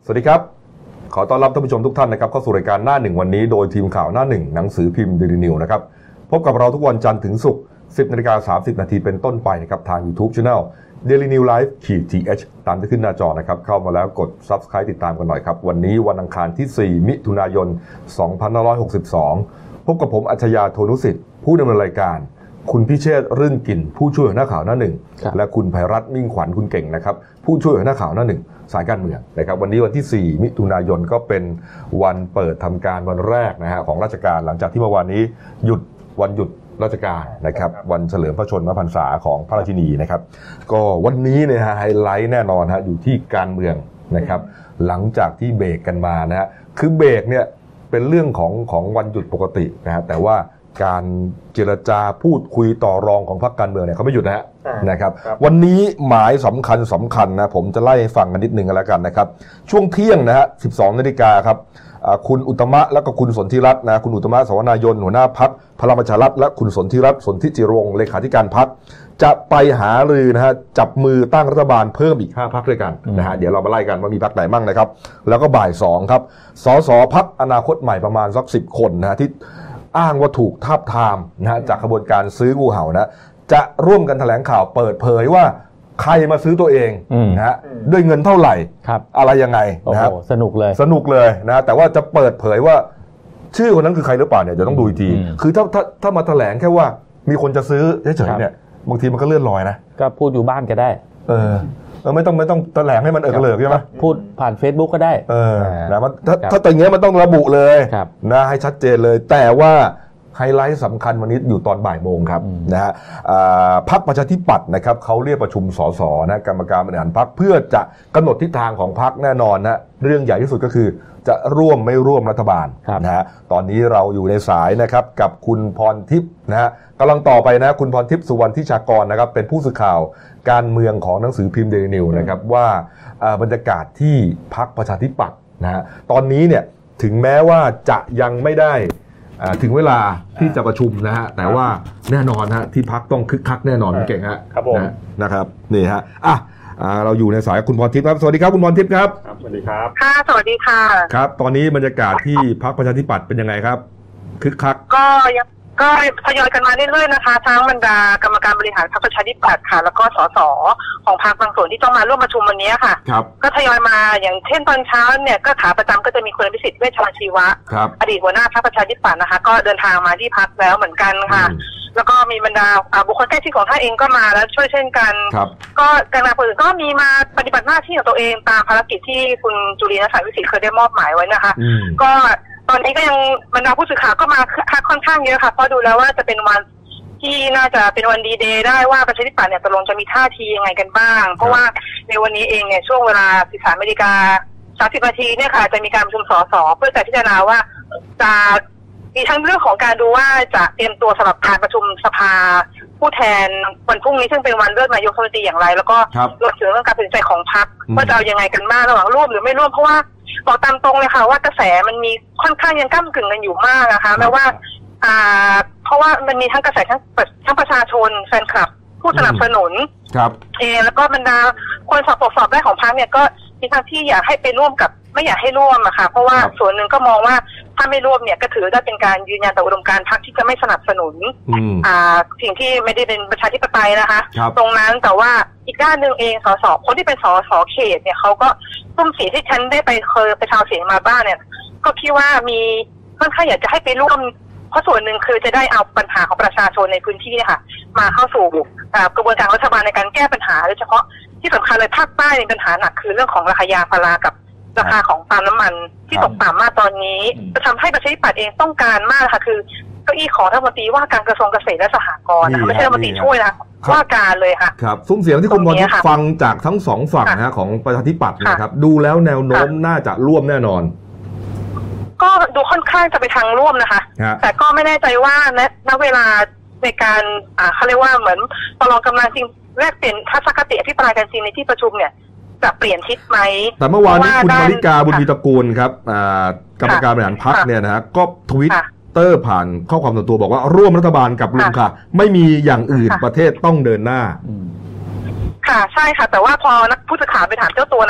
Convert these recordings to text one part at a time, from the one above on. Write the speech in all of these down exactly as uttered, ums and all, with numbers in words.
สวัสดีครับขอต้อนรับท่านผู้ชมทุกท่านนะครับเข้าสู่รายการหน้าหนึ่งวันนี้โดยทีมข่าวหน้าหนึ่งหนังสือพิมพ์ Daily News นะครับพบกับเราทุกวันจันทร์ถึงศุกร์ สิบนาฬิกาสามสิบนาทีเป็นต้นไปนะครับทาง YouTube Channel Daily News Live ที เอช ตามที่ขึ้นหน้าจอนะครับเข้ามาแล้วกด Subscribe ติดตามกันหน่อยครับวันนี้วันอังคารที่สี่มิถุนายนสองพันห้าร้อยหกสิบสองพบกับผมอัจฉริยะ โทนุสิทธิ์ผู้ดำเนินรายการคุณพิเชษฐ์รื่นกลิ่นผู้ช่วยหัวหน้าข่าวหน้าหนึ่งและคุณไพรัตน์มิ่งขวัญคุณเก่งนะครับผู้ช่วยหัวหน้าข่าวหน้าหนึ่งสายการเมืองนะครับวันนี้วันที่สี่มิถุนายนก็เป็นวันเปิดทำการวันแรกนะฮะของราชการหลังจากที่เมื่อวานนี้หยุดวันหยุดราชการนะครับวันเฉลิมพระชนมพรรษาของพระราชินีนะครับก็วันนี้เนี่ยไฮไลท์แน่นอนฮะอยู่ที่การเมืองนะครับหลังจากที่เบรกกันมานะฮะคือเบรกเนี่ยเป็นเรื่องของของวันหยุดปกตินะฮะแต่ว่าการเจรจาพูดคุยต่อรองของพรรคการเมืองเนี่ยเขาไม่หยุดนะฮะนะครับวันนี้หมายสำคัญสำคัญนะผมจะไล่ให้ฟังกันนิดนึงกันแล้วกันนะครับช่วงเที่ยงนะฮะสิบสองนาฬิกาครับคุณอุตมะและก็คุณสนธิรัตน์นะคุณอุตมะสวนายนหัวหน้าพรรคพลังประชารัฐและคุณสนธิรัตน์สนธิจิรวงศ์เลขาธิการพรรคจะไปหารือนะฮะจับมือตั้งรัฐบาลเพิ่มอีกห้าพรรคด้วยกันนะฮะเดี๋ยวเรามาไล่กันว่ามีพรรคไหนบ้างนะครับแล้วก็บ่ายสองครับสสพรรคอนาคตใหม่ประมาณสักสิบคนนะฮะที่อ้างว่าถูกทาบทามนะฮะจากขบวนการซื้องูเห่านะจะร่วมกันแถลงข่าวเปิดเผยว่าใครมาซื้อตัวเองนะฮะด้วยเงินเท่าไหร่อะไรยังไงนะครับสนุกเลยสนุกเลยนะแต่ว่าจะเปิดเผยว่าชื่อคนนั้นคือใครหรือเปล่าเนี่ยจะต้องดูอีกทีคือถ้าถ้าถ้ามาแถลงแค่ว่ามีคนจะซื้อเฉยๆเนี่ยบางทีมันก็เลื่อนลอยนะก็พูดอยู่บ้านก็ได้เออเราไม่ต้องไม่ต้องแถลงให้มันเออเลิกใช่ไหมพูดผ่าน Facebook ก็ได้เออนะมันถ้าถ้าแต่งเงี้ยมันต้องระบุเลยนะให้ชัดเจนเลยแต่ว่าไฮไลท์สำคัญวันนี้อยู่ตอนบ่ายโมงครับนะฮะพรรคประชาธิปัตย์นะครับเขาเรียกประชุมสสนะกรรมการบริหารพรรคเพื่อจะกำหนดทิศทางของพรรคแน่นอนนะเรื่องใหญ่ที่สุดก็คือจะร่วมไม่ร่วมรัฐบาลนะฮะตอนนี้เราอยู่ในสายนะครับกับคุณพรทิพย์นะฮะกำลังต่อไปนะคุณพรทิพย์สุวรรณทิชากรนะครับเป็นผู้สื่อข่าวการเมืองของหนังสือพิมพ์ Daily News นะครับว่าบรรยากาศที่พรรคประชาธิปัตย์นะฮะตอนนี้เนี่ยถึงแม้ว่าจะยังไม่ได้ถึงเวลาที่จะประชุมนะฮะแต่ว่าแน่นอนฮะที่พักต้องคึกคักแน่นอนเก่งฮะครับผมนะครับนี่ฮะอ่ะเราอยู่ในสายคุณพรทิพย์ครับสวัสดีครับคุณพรทิพย์ครับครับสวัสดีครับค่ะสวัสดีค่ะครับตอนนี้บรรยากาศที่พรรคประชาธิปัตย์เป็นยังไงครับคึกคักก็ยังก็ทยอยกันมาเรื่อยๆนะคะทั้งบรรดากรรมการบริหารพรรคประชาธิปัตย์ค่ะแล้วก็สสของพรรคบางส่วนที่ต้องมาร่วมประชุมวันนี้ค่ะก็ทยอยมาอย่างเช่นตอนเช้าเนี่ยก็ขาประจำก็จะมีคุณอภิสิทธิ์เวชชชีวะอดีตหัวหน้าพรรคประชาธิปัตย์นะคะก็เดินทางมาที่พรรคแล้วเหมือนกันค่ะแล้วก็มีบรรดาบุคคลใกล้ชิดของท่านเองก็มาแล้วช่วยเช่นกันก็การงานคนอื่นก็มีมาปฏิบัติหน้าที่ของตัวเองตามภารกิจที่คุณจุลินทร์สายวิสิทธิ์เคยได้มอบหมายไว้นะคะก็ตอนนี้ก็ยังบรรดาผู้สื่อข่าวก็มาค่อนข้างเยอะค่ะเพราะดูแล้วว่าจะเป็นวันที่น่าจะเป็นวันดีเดย์ได้ว่าประชาธิปัตย์เนี่ยตกลงจะมีท่าทียังไงกันบ้างเพราะว่าในวันนี้เองเนี่ยช่วงเวลา สิบสามนาฬิกาสามสิบนาทีเนี่ยค่ะจะมีการประชุมสสเพื่อจะพิจารณาว่าจะมีทั้งเรื่องของการดูว่าจะเตรียมตัวสำหรับการประชุมสภาผู้แทนวันพรุ่งนี้ซึ่งเป็นวันเลือกนายกรัฐมนตรีอย่างไรแล้วก็รวมถึงเรื่องการตัดสินใจของพรรคว่าจะเอายังไงกันบ้างระหว่างร่วมหรือไม่ร่วมเพราะว่าบอกตามตรงเลยค่ะว่ากระแสมันมีค่อนข้างยังก้ำกึ่งกันอยู่มากนะคะแม้ว่าอ่าเพราะว่ามันมีทั้งกระแสทั้งทั้งประชาชนแฟนคลับผู้สนับสนุนครับเออแล้วก็บรรดาคนสอบตรวจสอบได้ของพรรคเนี่ยก็มีทั้งที่อยากให้ไปร่วมกับไม่อยากให้ร่วมอะค่ะเพราะว่าส่วนหนึ่งก็มองว่าถ้าไม่ร่วมเนี่ยก็ถือได้เป็นการยืนยันต่ออุดมการณ์พรรคที่จะไม่สนับสนุนอ่าสิ่งที่ไม่ได้เป็นประชาธิปไตยนะคะตรงนั้นแต่ว่าอีกด้านหนึ่งเองสสคนที่เป็นสสเขตเนี่ยเขาก็ตุ้มเสียงที่ฉันได้ไปเคยไปชาวเสียงมาบ้างเนี่ยก็คิดว่ามีค่อนข้างอยากจะให้ไปร่วมเพราะส่วนหนึ่งคือจะได้เอาปัญหาของประชาชนในพื้นที่เนี่ยค่ะมาเข้าสู่กระบวนการรัฐบาลในการแก้ปัญหาโดยเฉพาะที่สำคัญเลยภาคใต้มีปัญหาหนักคือเรื่องของราคายางพารากับราคาของปาล์มน้ำมันที่ตกต่ำมากตอนนี้จะทำให้ประชาธิปัตย์เองต้องการมากค่ะคือเก้าอี้ของรัฐมนตรีว่าการกระทรวงเกษตรและสหกรณ์ไม่ใช่รัฐมนตรีช่วยนะว่าการเลยค่ะครับซุ้มเสียงที่คุณพรทิพย์ฟังจากทั้งสองฝั่งนะของประชาธิปัตย์นะครับดูแล้วแนวโน้มน่าจะร่วมแน่นอนก็ดูค่อนข้างจะไปทางร่วมนะคะแต่ก็ไม่แน่ใจว่าณเวลาในการอ่าเขาเรียกว่าเหมือนประลองกำลังจริงแลกเปลี่ยนทัศนคติอภิปรายกันจริงในที่ประชุมเนี่ยจะเปลี่ยนทิศไหมแต่เมื่อวานนี้คุณมาริกาบุญมีตระกูลครับกรรมการบริหารพรรคเนี่ยนะฮะก็ทวิตเตอร์ผ่านข้อความส่วนตัวบอกว่าร่วมรัฐบาลกับลุงค่ะไม่มีอย่างอื่นประเทศต้องเดินหน้าค่ะใช่ค่ะแต่ว่าพอนักผู้สื่อข่าวไปถามเจ้าตัวนะคะ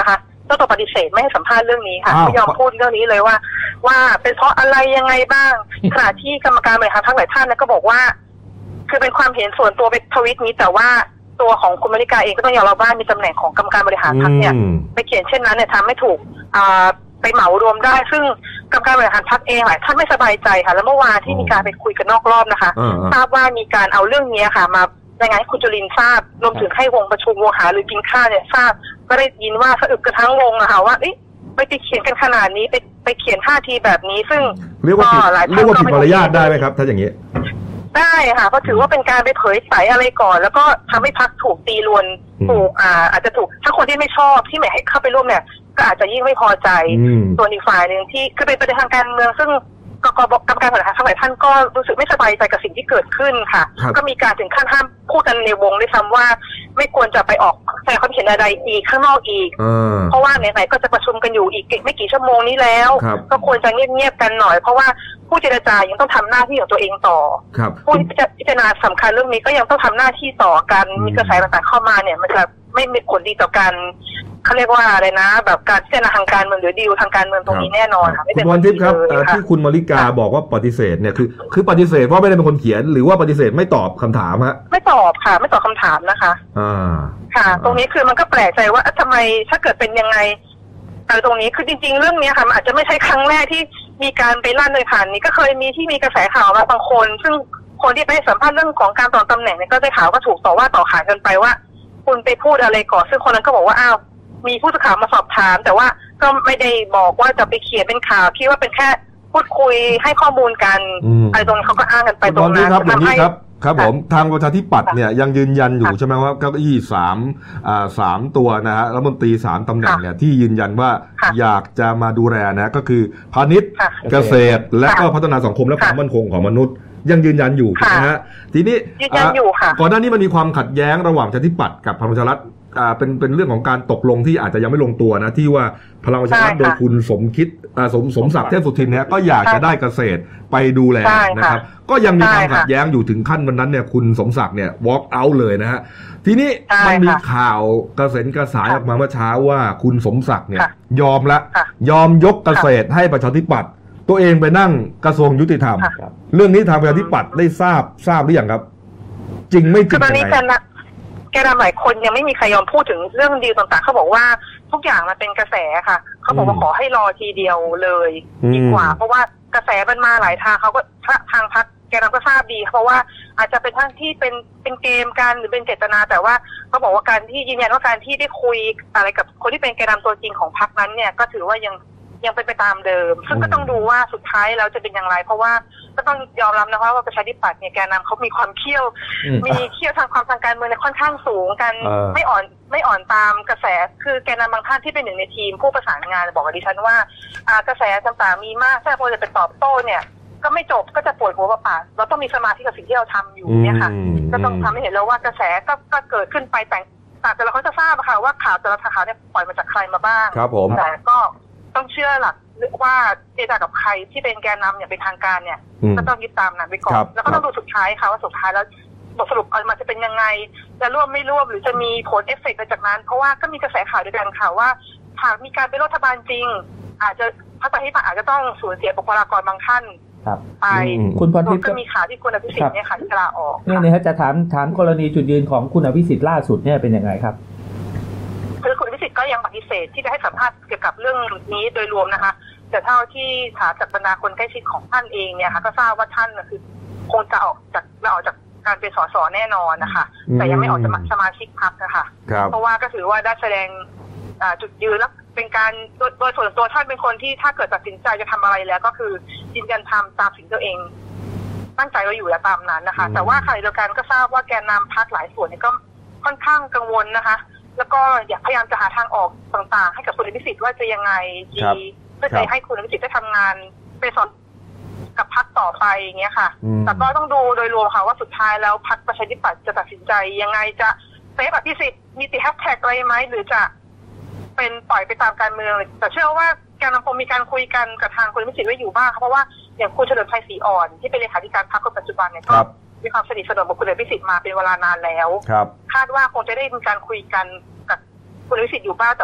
จ้าตัวปฏิเสธไม่ให้สัมภาษณ์เรื่องนี้ค่ะไม่ยอมพูดเรื่องนี้เลยว่าว่าเป็นเพราะอะไรยังไงบ้างขณะที่กรรมการบริหารพรรคหลายท่านก็บอกว่าคือเป็นความเห็นส่วนตัวเป็นทวิตนี้แต่ว่าตัวของคุณมริกาเองก็ต้องยอมรับว่ามีตำแหน่งของกรรมการบริหารพรรคเนี่ยไปเขียนเช่นนั้นเนี่ยทำไม่ถูกไปเหมารวมได้ซึ่งกรรมการบริหารพรรคเองหลายท่านไม่สบายใจค่ะแล้วเมื่อวานที่มีการไปคุยกันนอกรอบนะคะทราบว่ามีการเอาเรื่องนี้ค่ะมารายงานให้คุณจุลินทร์ทราบรวมถึงให้วงประชุมวงหาหรือกินข้าวเนี่ยทราบก็ได้ยินว่าสะอึกกระทั้งวงอะค่ะว่าเอ๊ะไปไปเขียนกันขนาดนี้ไปไปเขียนท่าทีแบบนี้ซึ่งเรียกว่าผิดเรียกว่าผิดมารยาทได้ไหมครับถ้าอย่างนี้ได้ค่ะเพราะถือว่าเป็นการไปเผยไสอะไรก่อนแล้วก็ทำให้พรรคถูกตีรวนถูกอ่าอาจจะถูกถ้าคนที่ไม่ชอบที่ไม่ให้เข้าไปร่วมเนี่ยก็อาจจะยิ่งไม่พอใจส่วนอีกฝ่ายหนึ่งที่คือเป็นประเด็นทางการเมืองซึ่งกกบกรรมการบริหารพรรคหลายท่านก็รู้สึกไม่สบายใจกับสิ่งที่เกิดขึ้นค่ะก็มีการถึงขั้นห้ามพูดกันในวงด้วยซ้ำว่าไม่ควรจะไปออกแสดงความเห็นใดๆอีกข้างนอกอีกเพราะว่าไหนๆก็จะประชุมกันอยู่อีกไม่กี่ชั่วโมงนี้แล้วก็ควรจะเงียบๆกันหน่อยเพราะว่าผู้เจรจายังต้องทำหน้าที่ของตัวเองต่อผู้พิจารณาสำคัญเรื่องนี้ก็ยังต้องทำหน้าที่ต่อกันมีกระแสต่างๆเข้ามาเนี่ยมันจะไม่มีผลดีต่อการเขาเรียกว่าอะไรนะแบบการพิจารณาทางการเมืองหรือดีลทางการเมืองตรงนี้แน่นอนค่ะคุณพรทิพย์ครับที่คุณมริกาบอกว่าปฏิเสธเนี่ยคือคือปฏิเสธว่าไม่ได้เป็นคนเขียนหรือว่าปฏิเสธไม่ตอบคำถามฮะไม่ตอบค่ะไม่ตอบคำถามนะคะอ่าค่ะตรงนี้คือมันก็แปลกใจว่าทำไมถ้าเกิดเป็นยังไงแต่ตรงนี้คือจริงๆเรื่องนี้ค่ะมันอาจจะไม่ใช่ครั้งแรกที่มีการไปลั่นโดยผ่านนี้ก็เคยมีที่มีกระแสข่าวมาบางคนซึ่งคนที่ไปให้สัมภาษณ์เรื่องของการต่อตำแหน่งเนี่ยก็ได้ข่าวก็ถูกต่อว่าต่อขานกันไปว่าคุณไปพูดอะไรก่อนซึ่งคนนั้นก็บอกว่าอ้าวมีผู้สื่อข่าวมาสอบถามแต่ว่าก็ไม่ได้บอกว่าจะไปเขียนเป็นข่าวที่ว่าเป็นแค่พูดคุยให้ข้อมูลกันอะไรตรงนี้เขาก็อ้างกันไปตรงนั้นทำให้ครับผมทางประชาธิปัตย์เนี่ยยังยืนยันอยู่ใช่ไหมว่าเก้าอี้สามอ่าสามตัวนะฮะรัฐมนตรีสามตำแหน่งเนี่ยที่ยืนยันว่าอยากจะมาดูแลนะก็คือพาณิชย์เกษตรและก็พัฒนาสังคมและความมั่นคงของมนุษย์ยังยืนยันอยู่นะฮะทีนี้ก่อนหน้านี้มันมีความขัดแย้งระหว่างประชาธิปัตย์กับพลังประชารัฐอ่าเป็นเป็นเรื่องของการตกลงที่อาจจะยังไม่ลงตัวนะที่ว่าพลังประชารัฐโดยคุณสมคิดอ่าสมสมศักดิ์เทพสุทินเนี่ยก็อยากจะได้เกษตรไปดูแลนะครับก็ยังมีความขัดแย้งอยู่ถึงขั้นวันนั้นเนี่ยคุณสมศักดิ์เนี่ย walk out เลยนะฮะทีนี้มันมีข่าวกระเซ็นกระสายออกมาเมื่อเช้าว่าคุณสมศักดิ์เนี่ยยอมละยอมยกเกษตรให้ประชาธิปัตย์ตัวเองไปนั่งกระทรวงยุติธรรมเรื่องนี้ทางประชาธิปัตย์ได้ทราบทราบหรือยังครับจริงไม่จริงยังไงแกนำหลายคนยังไม่มีใครยอมพูดถึงเรื่องดีลต่างๆเขาบอกว่าทุกอย่างมันเป็นกระแสค่ะเขาบอกว่าขอให้รอทีเดียวเลยดีกว่าเพราะว่ากระแสมันมาหลายทางเขาก็ทางพรรคแกนำก็ทราบดีเพราะว่าอาจจะเป็นทั้งที่เป็นเป็นเกมกันหรือเป็นเจตนาแต่ว่าเขาบอกว่าการที่ยืนยันว่าการที่ได้คุยอะไรกับคนที่เป็นแกนนำตัวจริงของพรรคนั้นเนี่ยก็ถือว่ายังยังเป็นไปตามเดิมซึ่งก็ต้องดูว่าสุดท้ายแล้วจะเป็นอย่างไรเพราะว่าก็ต้องยอมรับนะคะว่าประชาธิปัตย์เนี่ยแกนนำเขามีความเขี้ยวมีเขี้ยวทางความทางการเมืองในค่อนข้างสูงกันไม่อ่อนไม่อ่อนตามกระแสคือแกนนำบางท่านที่เป็นหนึ่งในทีมผู้ประสานงานบอกกับดิฉันว่ากระแสต่างๆมีมากถ้าพอจะไปตอบโต้เนี่ยก็ไม่จบก็จะปวดหัวเปล่าเราต้องมีสมาธิกับสิ่งที่เราทำอยู่เนี่ยค่ะก็ต้องทำให้เห็นแล้วว่ากระแสก็ก็เกิดขึ้นไปแต่แต่เราก็จะทราบค่ะว่าข่าวแต่ละข่าวเนี่ยปล่อยมาจากใครมาบ้างแต่ก็ต้องเชื่อหลักว่าเจรจากับใครที่เป็นแกนนำอย่างเป็นทางการเนี่ยก็ต้องยึดตามนั้นไปก่อนแล้วก็ต้องดูสุดท้ายค่ะว่าสุดท้ายแล้วบทสรุปออกมาจะเป็นยังไงจะร่วมไม่ร่วมหรือจะมีผลเอฟเฟกต์ไปจากนั้นเพราะว่าก็มีกระแสข่าวด้วยกันค่ะว่าหากมีการเป็นรัฐบาลจริงอาจจะพรรคประชาธิปัตย์อาจจะต้องสูญเสียบุคลากรบางท่านไปคุณพรทิพย์ก็มีข่าวที่คุณอภิสิทธิ์เนี่ยค่ะที่ลาออกเนี่ยนะฮะจะถามถามกรณีจุดยืนของคุณอภิสิทธิ์ล่าสุดเนี่ยเป็นยังไงครับคือคุณอภิสิทธิ์ก็ยังปฏิเสธที่จะให้สัมภาษณ์เกี่ยวกับเรื่องนี้โดยรวมนะคะแต่เท่าที่ถามจากบรรดาคนใกล้ชิดของท่านเองเนี่ยค่ะก็ทราบว่าท่านคือคงจะออกจากออกจากการเป็นสสแน่นอนนะคะแต่ยังไม่ออกจากสมาชิกพรรคนะคะเพราะว่าก็ถือว่าได้แสดงจุดยืนและเป็นการโดยส่วนตัวท่านเป็นคนที่ถ้าเกิดตัดสินใจจะทำอะไรแล้วก็คือยืนยันทำตามสิ่งตัวเองตั้งใจไว้อยู่แล้วตามนั้นนะคะแต่ว่าขณะเดียวกันก็ทราบว่าแกนนำพรรคหลายส่วนเนี่ยก็ค่อนข้างกังวลนะคะแล้วก็อยากพยายามจะหาทางออกต่างๆให้กับคุณอภิสิทธิ์ว่าจะยังไงดีเพื่อจะให้คุณอภิสิทธิ์ได้ทำงานไปสอนกับพรรคต่อไปอย่างเงี้ยค่ะแต่ก็ต้องดูโดยรวมค่ะว่าสุดท้ายแล้วพรรคประชาธิปัตย์จะตัดสินใจยังไงจะเซฟอภิสิทธิ์มีติดแฮชแท็กอะไรไหมหรือจะเป็นปล่อยไปตามการเมืองแต่เชื่อว่าแกนนำคงมีการคุยกันกับทางคุณอภิสิทธิ์ไว้อยู่บ้างเพราะว่าอย่างคุณเฉลิมชัยศรีอ่อนที่เป็นเลขาธิการพรรคคนปัจจุบันเนี่ยก็มีความสนิทสนมกับคุณอภิสิทธิ์มาเป็นเวลานานแล้วคาดว่าคงจะได้มีการคุยกันกับคุณอภิสิทธิ์อยู่บ้างแต่ว่า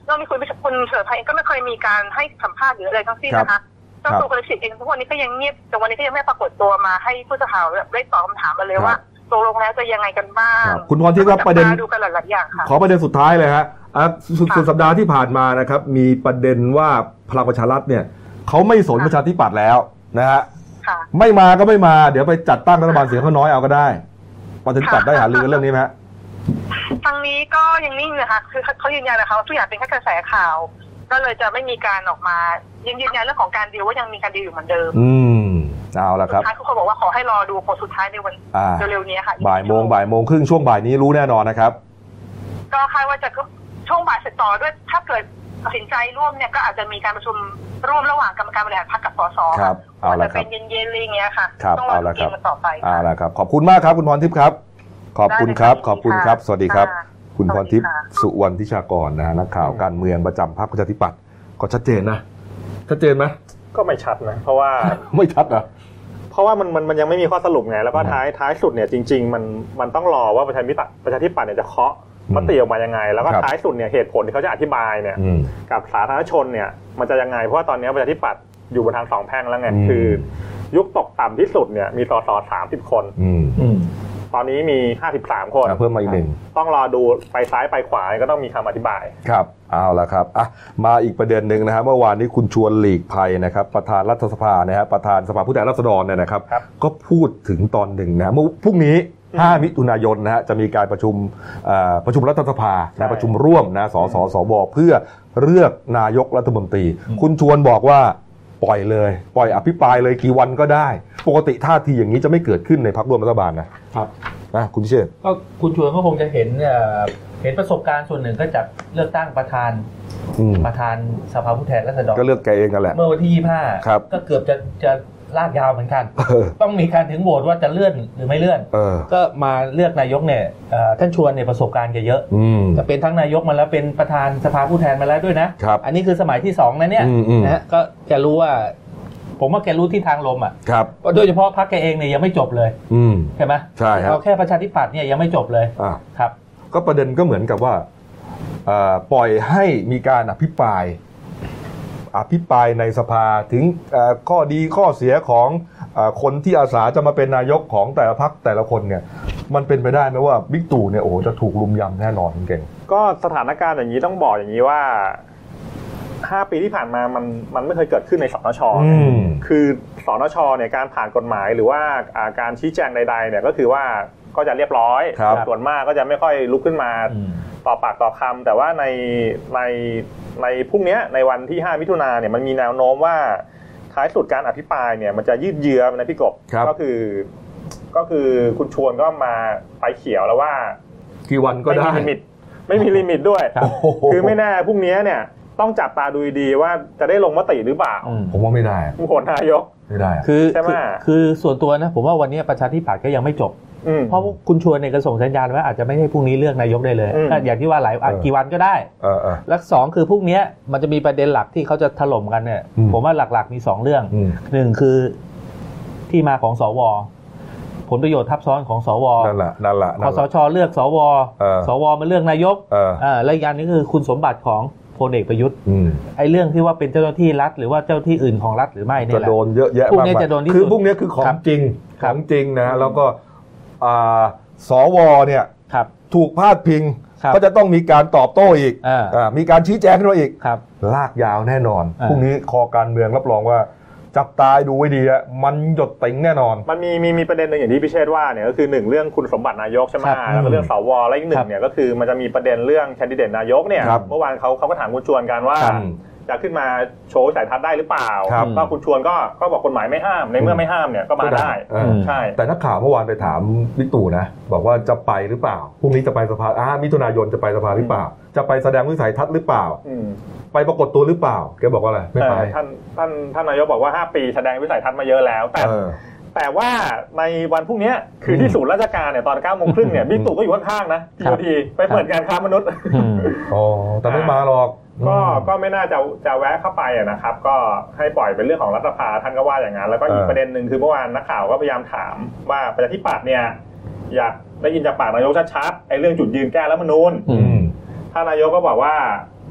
เรามีคุณคุณเสริมไทยก็ไม่เคยมีการให้สัมภาษณ์หรืออะไรทั้งสิ้นนะคะเจ้าตัวคุณสิทธิ์เองทุกวันนี้ก็ยังเงียบแต่วันนี้ก็ยังไม่ปรากฏตัวมาให้ผู้สื่อข่าวได้ตอบคำถามมาเลยว่าตกลงแล้วจะยังไงกันบ้างคุณพรทิพย์ครับประเด็นดูกันหลายๆอย่างค่ะขอประเด็นสุดท้ายเลยฮะสุดสัปดาห์ที่ผ่านมานะครับมีประเด็นว่าพลังประชารัฐเนี่ยเขาไม่สนประชาธิปัตย์แล้วนะฮะไม่มาก็ไม่มาเดี๋ยวไปจัดตั้งรัฐบาลเสียงข้างน้อยเอาก็ได้ประชาธิปัตย์ได้หารือกันเรื่องนี้ไหมฮะทางนี้ก็ยังนิ่งนะคะคือเขายืนยันนะคะว่าทุกอย่างเป็นแค่กระแสข่าวก็เลยจะไม่มีการออกมายังยืนยันเรื่องของการดีลว่ายังมีการดีลอยู่เหมือนเดิมอืมเอาละครับสุดท้ายเขาบอกว่าขอให้รอดูผลสุดท้ายในวันเร็วๆนี้ค่ะบ่ายโมงบ่ายโมงครึ่งช่วงบ่ายนี้รู้แน่นอนนะครับก็คาดว่าจะช่วงบ่ายเสร็จต่อด้วยถ้าเกิดตัดสินใจร่วมเนี่ยก็อาจจะมีการประชุมร่วมระหว่างกรรมการบริหารพรรคกับสสครับเอาละครับเป็นเย็นๆอะไรเงี้ยค่ะต้องรอดูกันต่อไปเอาละครับขอบคุณมากครับคุณพรทิพย์ครับขอบคุณครับขอบคุณครับสวัสดีครับคุณพรทิพย์สุวรรณทิชากรนะฮะนักข่าวการเมืองประจำพรรคประชาธิปัตย์ก็ชัดเจนนะชัดเจนไหมก็ไม่ชัดนะเพราะว่าไม่ชัดอ่ะเพราะว่ามันมันมันยังไม่มีข้อสรุปไงแล้วก็ท้ายท้ายสุดเนี่ยจริงๆมันมันต้องรอว่าประชาธิปัตย์ประชาธิปัตย์เนี่ยจะเคาะมติออกมายังไงแล้วก็ท้ายสุดเนี่ยเหตุผลที่เขาจะอธิบายเนี่ยกับสาธารณชนเนี่ยมันจะยังไงเพราะว่าตอนนี้ประชาธิปัตย์อยู่บนทางสองแพร่งแล้วไงคือยุคตกต่ำที่สุดเนี่ยมีสสสามสิบคนตอนนี้มีห้าสิบสามคนเพิ่มมาอีกหนึ่งต้องรอดูไปซ้ายไปขวาก็ต้องมีคำอธิบายครับเอาละครับอ่ะมาอีกประเด็นหนึ่งนะฮะเมื่อวานนี้คุณชวนหลีกภัยนะครับประธานรัฐสภานะฮะประธานสภาผู้แทนราษฎรเนี่ยนะครับก็พูดถึงตอนหนึ่งนะเมื่อพรุ่งนี้ห้ามิถุนายนนะฮะจะมีการประชุมประชุมรัฐสภานะประชุมร่วมนะสสสวเพื่อเลือกนายกรัฐมนตรีคุณชวนบอกว่าปล่อยเลยปล่อยอภิปรายเลยกี่วันก็ได้ปกติท่าทีอย่างนี้จะไม่เกิดขึ้นในพรรคร่วมรัฐบาลนะครับนะคุณพิเชษฐ์ก็คุณชวนก็คงจะเห็นเห็นประสบการณ์ส่วนหนึ่งก็จากเลือกตั้งประธานประธานสภาผู้แทนราษฎรก็เลือกแกเองกันแหละเมื่อวันที่ยี่สิบห้าก็เกือบจะจะลากยาวเหมือนกันต้องมีการถึงโหวตว่าจะเลื่อนหรือไม่เลื่อนก็มาเลือกนายกเนี่ยท่านชวนเนี่ยประสบการณ์แกเยอะจะเป็นทั้งนายกมาแล้วเป็นประธานสภาผู้แทนมาแล้วด้วยนะอันนี้คือสมัยที่สองนะเนี่ยนะก็แกรู้ว่าผมว่าแกรู้ที่ทางลมอ่ะโดยเฉพาะพรรคแกเองเนี่ยยังไม่จบเลยใช่ไหมใช่ครับเราแค่ประชาธิปัตย์เนี่ยยังไม่จบเลยครับก็ประเด็นก็เหมือนกับว่าปล่อยให้มีการอภิปรายอภิปรายในสภาถึงข้อดีข้อเสียของคนที่อาสาจะมาเป็นนายกของแต่ละพรรคแต่ละคนเนี่ยมันเป็นไปได้ไหมว่าบิ๊กตู่เนี่ยโอ้โหจะถูกลุมยำแน่นอนเก่งก็สถานการณ์อย่างนี้ต้องบอกอย่างนี้ว่าห้าปีที่ผ่านมามันมันไม่เคยเกิดขึ้นในสนช.คือสนช.เนี่ยการผ่านกฎหมายหรือว่าการชี้แจงใดๆเนี่ยก็คือว่าก็จะเรียบร้อยส่วนมากก็จะไม่ค่อยลุกขึ้นมาต่อปากต่อคำแต่ว่าในในในพรุ่งนี้ในวันที่ห้ามิถุนายนเนี่ยมันมีแนวโน้มว่าท้ายสุดการอภิปรายเนี่ยมันจะยืดเยื้อนะพี่กบก็คือก็คือคุณชวนก็มาไฟเขียวแล้วว่ากี่วันก็ได้ไม่มีลิมิตไม่มีลิมิตด้วยคือไม่แน่พรุ่งนี้เนี่ยต้องจับตาดูดีว่าจะได้ลงมติหรือเปล่าผมว่าไม่ได้ผู้คนนายกไม่ได้คือใช่ไหมคือส่วนตัวนะผมว่าวันนี้ประชาธิปัตย์ก็ยังไม่จบเพราะคุณชวนเนี่ยก็ส่งสัญญาณว่าอาจจะไม่ให้พรุ่งนี้เลือกนายกได้เลยอย่างที่ว่าหลายกี่วันก็ได้และสองคือพรุ่งนี้มันจะมีประเด็นหลักที่เขาจะถล่มกันเนี่ยผมว่าหลักๆมีสองเรื่องหนึ่งคือที่มาของสวผลประโยชน์ทับซ้อนของสวนั่นแหละนั่นแหละคสชเลือกสวสวมาเลือกนายกและอีกอย่างนึงคือคุณสมบัติของพลเอกประยุทธ์ไอ้เรื่องที่ว่าเป็นเจ้าหน้าที่รัฐหรือว่าเจ้าที่อื่นของรัฐหรือไม่เนี่ยแหละจะโดนเยอะแยะมากมายคือพวกนี้คือของจริงของจริงนะแล้วก็สวเนี่ยถูกพาดพิงก็จะต้องมีการตอบโต้อีกมีการชี้แจงขึ้นมาอีกลากยาวแน่นอนพรุ่งนี้คอการเมืองรับรองว่าจับตาดูไว้ดีอ่ะมันหยดติ่งแน่นอนมันมีมีมีประเด็นหนึ่งอย่างที่พี่เชษว่าเนี่ยก็คือหนึ่งเรื่องคุณสมบัตินายกใช่ไหมแล้วก็เรื่องสวและอีกหนึ่งเนี่ยก็คือมันจะมีประเด็นเรื่องแคนดิเดตนายกเนี่ยเมื่อวานเขาเขาก็ถามคุณชวนกันว่าจะขึ้นมาโชว์สายทัศน์ได้หรือเปล่าก็คุณชวนก็ก็บอกกฎหมายไม่ห้ามในเมื่อไม่ห้ามเนี่ยก็มาได้ใช่แต่นักข่าวเมื่อวานไปถามบิ๊กตู่นะบอกว่าจะไปหรือเปล่าพรุ่งนี้จะไปสภาอ่ามิถุนายนจะไปสภาหรือเปล่าจะไปแสดงวิสัยทัศน์หรือเปล่าไปปรากฏตัวหรือเปล่าแกบอกว่าอะไรไม่ไปท่านท่านท่านนายกบอกว่าห้าปีแสดงวิสัยทัศน์มาเยอะแล้วแต่แต่ว่าในวันพรุ่งนี้คือที่ศูนย์ราชการเนี่ยตอนเก้าโมงครึ่งเนี่ยบิ๊กตู่ก็อยู่ข้างๆนะทีทีไปเปิดการค้ามนุษย์อ๋อแต่ไม่มาหรอกก็ก็ไม่น่าจะจะแวะเข้าไปนะครับก็ให้ปล่อยเป็นเรื่องของรัฐสภาท่านก็ว่าอย่างนั้นแล้วก็อีกประเด็นหนึ่งคือเมื่อวานนักข่าวก็พยายามถามว่าประชาธิปัตย์เนี่ยอยากได้ยินจากปากนายกชัดๆไอ้เรื่องจุดยืนแก้รัฐธรรมนูญท่านนายกก็บอกว่า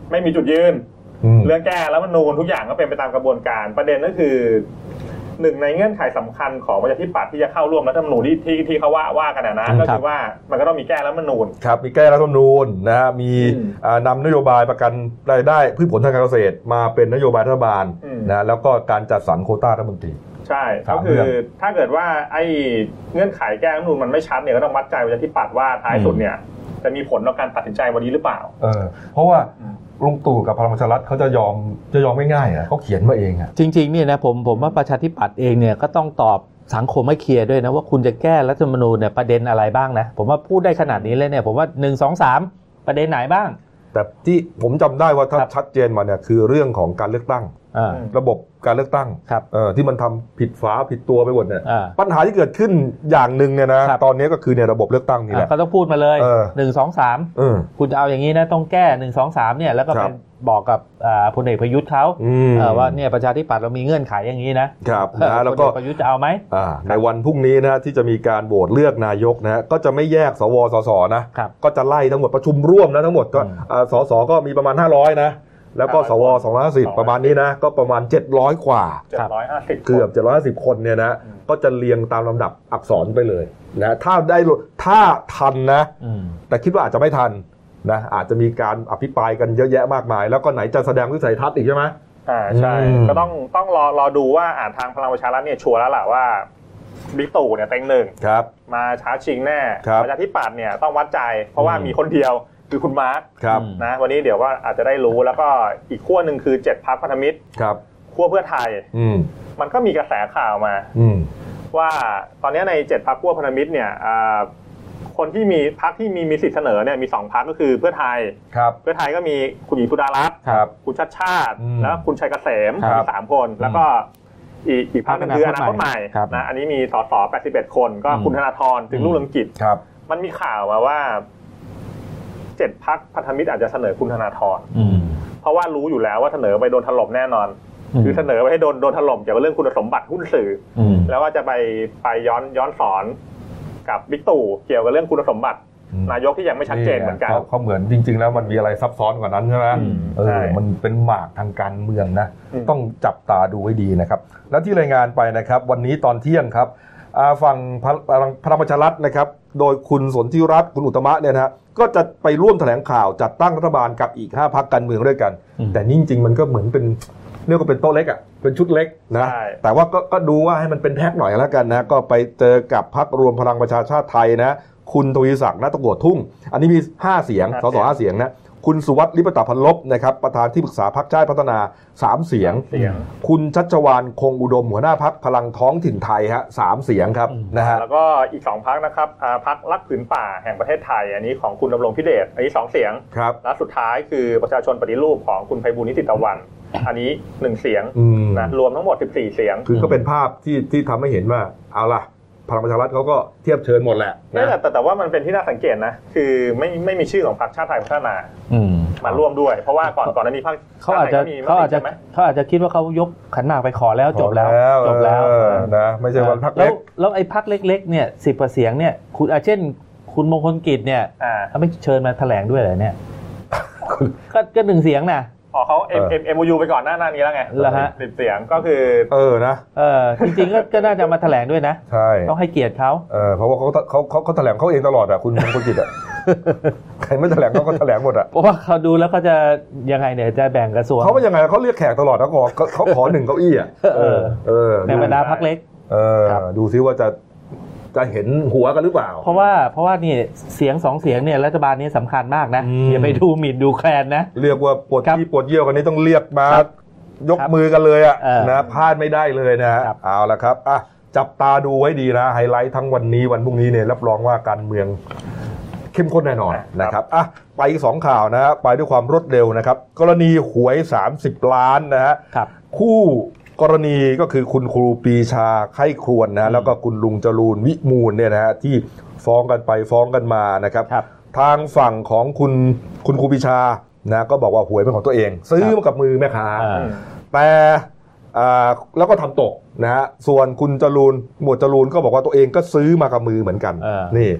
ไม่มีจุดยืนเรื่องแก้รัฐธรรมนูญทุกอย่างก็เป็นไปตามกระบวนการประเด็นก็คือหนึ่งในเงื่อนไขสำคัญของประชาธิปัตย์ที่จะเข้าร่วมรัฐธรรมนูญที่ที่ที่เขาว่าว่ากันนะก็คือว่ามันก็ต้องมีแก้รัฐธรรมนูญครับมีแก้รัฐธรรมนูญนะฮะมีนำนโยบายประกันรายได้พืชผลทางการเกษตรมาเป็นนโยบายรัฐบาลนะแล้วก็การจัดสรรโควต้ารัฐมนตรีใช่ก็คือถ้าเกิดว่าไอ้เงื่อนไขแก้รัฐธรรมนูญมันไม่ชัดเนี่ยก็ต้องวัดใจประชาธิปัตย์ว่าท้ายสุดเนี่ยจะมีผลต่อการตัดสินใจวันนี้หรือเปล่าเออเพราะว่าลุงตู่กับพลังประชารัฐเขาจะยอมจะยอมไม่ง่ายนะเขาเขียนมาเองอ่ะจริงๆเนี่ยนะผมผมว่าประชาธิปัตย์เองเนี่ยก็ต้องตอบสังคมให้เคลียร์ด้วยนะว่าคุณจะแก้รัฐธรรมนูญเนี่ยประเด็นอะไรบ้างนะผมว่าพูดได้ขนาดนี้เลยเนี่ยผมว่าหนึ่ง สอง สามประเด็นไหนบ้างแต่ที่ผมจำได้ว่าถ้าชัดเจนมาเนี่ยคือเรื่องของการเลือกตั้งระบบการเลือกตั้งที่มันทำผิดฝาผิดตัวไปหมดเนี่ยปัญหาที่เกิดขึ้นอย่างหนึ่งเนี่ยนะตอนนี้ก็คือในระบบเลือกตั้งนี่แหละเขาต้องพูดมาเลยหนึ่ง สอง สามคุณจะเอาอย่างนี้นะต้องแก้หนึ่ง สอง สามเนี่ยแล้วก็เป็นบอกกับพลเอกประยุทธ์เขาว่าเนี่ยประชาธิปัตย์เรามีเงื่อนไขอย่างนี้นะครับนะแล้วก็ประยุทธ์จะเอาไหมในวันพรุ่งนี้นะที่จะมีการโหวตเลือกนายกนะก็จะไม่แยกสวสสนะก็จะไล่ทั้งหมดประชุมร่วมนะทั้งหมดก็สสก็มีประมาณห้าร้อยนะแล้วก็สวสองร้อยห้าสิบประมาณนี้นะก็ประมาณเจ็ดร้อยกว่าเจ็ดร้อยห้าสิบเกือบเจ็ดร้อยห้าสิบคนเนี่ยนะก็จะเรียงตามลำดับอักษรไปเลยนะถ้าได้ถ้าทันนะแต่คิดว่าอาจจะไม่ทันนะอาจจะมีการอภิปรายกันเยอะแยะมากมายแล้วก็ไหนจะแสดงวิสัยทัศน์อีกใช่ไหมอ่าใช่ก็ต้องต้องรอรอดูว่าอ่านทางพลังประชารัฐเนี่ยชัวร์แล้วล่ะว่าบิ๊กตู่เนี่ยเต็งหนึ่งมาช้าชิงแน่ประชาธิปัตย์เนี่ยต้องวัดใจเพราะว่ามีคนเดียวคือคุณมาร์คนะวันนี้เดี๋ยวว่าอาจจะได้รู้แล้วก็อีกขั้วหนึ่งคือเจ็ดพรรคพันธมิตรขั้วเพื่อไทยมันก็มีกระแสข่าวมาว่าตอนนี้ในเจ็ดพรรคขั้วพันธมิตรเนี่ยคนที่มีพรรคที่มีมีสิทธิเสนอเนี่ยมีสองพรรคก็คือเพื่อไทยเพื่อไทยก็มีคุณหญิงสุดารัตน์คุณชัชชาติแล้วคุณชัยเกษมมีสามคนแล้วก็อีกอีกพรรคนึงคืออนาคตใหม่นะอันนี้มีสสแปดสิบเอ็ดคนก็คุณธนาธรจึงรุ่งเรืองกิจมันมีข่าวมาว่าเจ็ดพรรคพันธมิตรอาจจะเสนอคุณธนาธรเพราะว่ารู้อยู่แล้วว่าเสนอไปโดนถล่มแน่นอนคือเสนอไปให้โดนโดนถล่มเกี่ยวกับเรื่องคุณสมบัติหุ้นสื่อแล้วว่าจะไปไปย้อนย้อนสอนกับบิ๊กตู่เกี่ยวกับเรื่องคุณสมบัตินายกที่ยังไม่ชัดเจนเหมือนกันเขาเหมือนจริงๆแล้วมันมีอะไรซับซ้อนกว่านั้นใช่ไหมเออมันเป็นหมากทางการเมืองนะต้องจับตาดูให้ดีนะครับแล้วที่รายงานไปนะครับวันนี้ตอนเที่ยงครับฝั่งพลังประชารัฐนะครับโดยคุณสนธิรัตน์คุณอุตตมะเนี่ยนะฮะก็จะไปร่วมแถลงข่าวจัดตั้งรัฐบาลกับอีกห้าพรรคการเมืองด้วยกันแต่นี่จริงๆมันก็เหมือนเป็นเรียกว่าเป็นโต๊ะเล็กอ่ะเป็นชุดเล็กนะแต่ว่าก็ก็ดูว่าให้มันเป็นแพ็คหน่อยแล้วกันนะก็ไปเจอกับพรรครวมพลังประชาชาติไทยนะคุณทวีศักดิ์ณตะกัวทุ่งอันนี้มีห้าเสียงสสห้าเสียงนะคุณสุวัสดิ์ลิปตพันลบนะครับประธานที่ปรึกษาพรรคชาติพัฒนาสามเสียงคุณชัชวาลคงอุดมหัวหน้าพรรคพลังท้องถิ่นไทยฮะสามเสียงครับนะฮะแล้วก็อีกสองพรรคนะครับพรรครักผืนป่าแห่งประเทศไทยอันนี้ของคุณดำรงพิเดชอันนี้สองเสียงครับและสุดท้ายคือประชาชนปฏิรูปของคุณไพบูลย์นิติตะวันอันนี้หนึ่งเสียงนะรวมทั้งหมดสิบสี่เสียงคือก็เป็นภาพที่ที่ทำให้เห็นว่าเอาล่ะพลังประชารัฐเขาก็เทียบเชิญหมดแหละนะแต่แต่ว่ามันเป็นที่น่าสังเกตนะคือไม่ไม่มีชื่อของพรรคชาติไทยพัฒนามาร่วมด้วยเพราะว่าก่อนก่อนหน้านี้พรรคเขาอาจจะเขาอาจจะเขาอาจจะคิดว่าเขายกขันหมากไปขอแล้วจบแล้วจบแล้วนะไม่ใช่วันพรรคเล็กแล้วไอ้พรรคเล็กๆเนี่ยสิบกว่าเสียงเนี่ยคุณเช่นคุณมงคลกิจเนี่ยเขาไม่เชิญมาแถลงด้วยเหรอเนี่ยก็ก็หนึ่งเสียงนะอ๋อเขาเอ็มเอ็มเอ็มยูไปก่อนหน้านี้แล้วไงแล้วฮะสิบเสียงก็คือเออนะเออจริงๆก็ก็น่าจะมาแถลงด้วยนะใช่ต้องให้เกียรติเขาเออเพราะว่าเขาเขาเขาเขาแถลงเขาเองตลอดอ่ะคุณมงคลกิจอ่ะใครไม่แถลงเขาก็แถลงหมดอ่ะเพราะว่าเขาดูแล้วเขาจะยังไงเนี่ยจะแบ่งกระทรวงเขาว่ายังไงเขาเรียกแขกตลอดแล้วก็เขาขอหนึ่งเก้าอี้อ่ะเออเออในบรรดาพรรคเล็กเออดูซิว่าจะจะเห็นหัวกันหรือเปล่าเพราะว่าเพราะว่านี่เสียงสองเสียงเนี่ยรัฐบาลนี้สำคัญมากนะอย่าไปดูหมิ่นดูแคลนนะเรียกว่าปวดที่ปวดเยี่ยวกันนี้ต้องเรียกมายกมือกันเลยอ่ะนะพลาดไม่ได้เลยนะเอาละครับอ่ะจับตาดูไว้ดีนะไฮไลท์ทั้งวันนี้วันพรุ่งนี้เนี่ยรับรองว่าการเมืองเข้มข้นแน่นอนนะครับอ่ะไปอีกสองข่าวนะฮะไปด้วยความรวดเร็วนะครับกรณีหวยสามสิบล้านนะฮะคู่กรณีก็คือคุณครูปรีชาไข้ครวญนะแล้วก็คุณลุงจรูนวิมูลเนี่ยนะฮะที่ฟ้องกันไปฟ้องกันมานะครับทางฝั่งของคุณคุณครูปรีชานะก็บอกว่าหวยเป็นของตัวเองซื้อมากับมือแม่ค้าแต่แล้วก็ทำตกนะฮะส่วนคุณจรูนหมวดจรูนก็บอกว่าตัวเองก็ซื้อมากับมือเหมือนกันนี่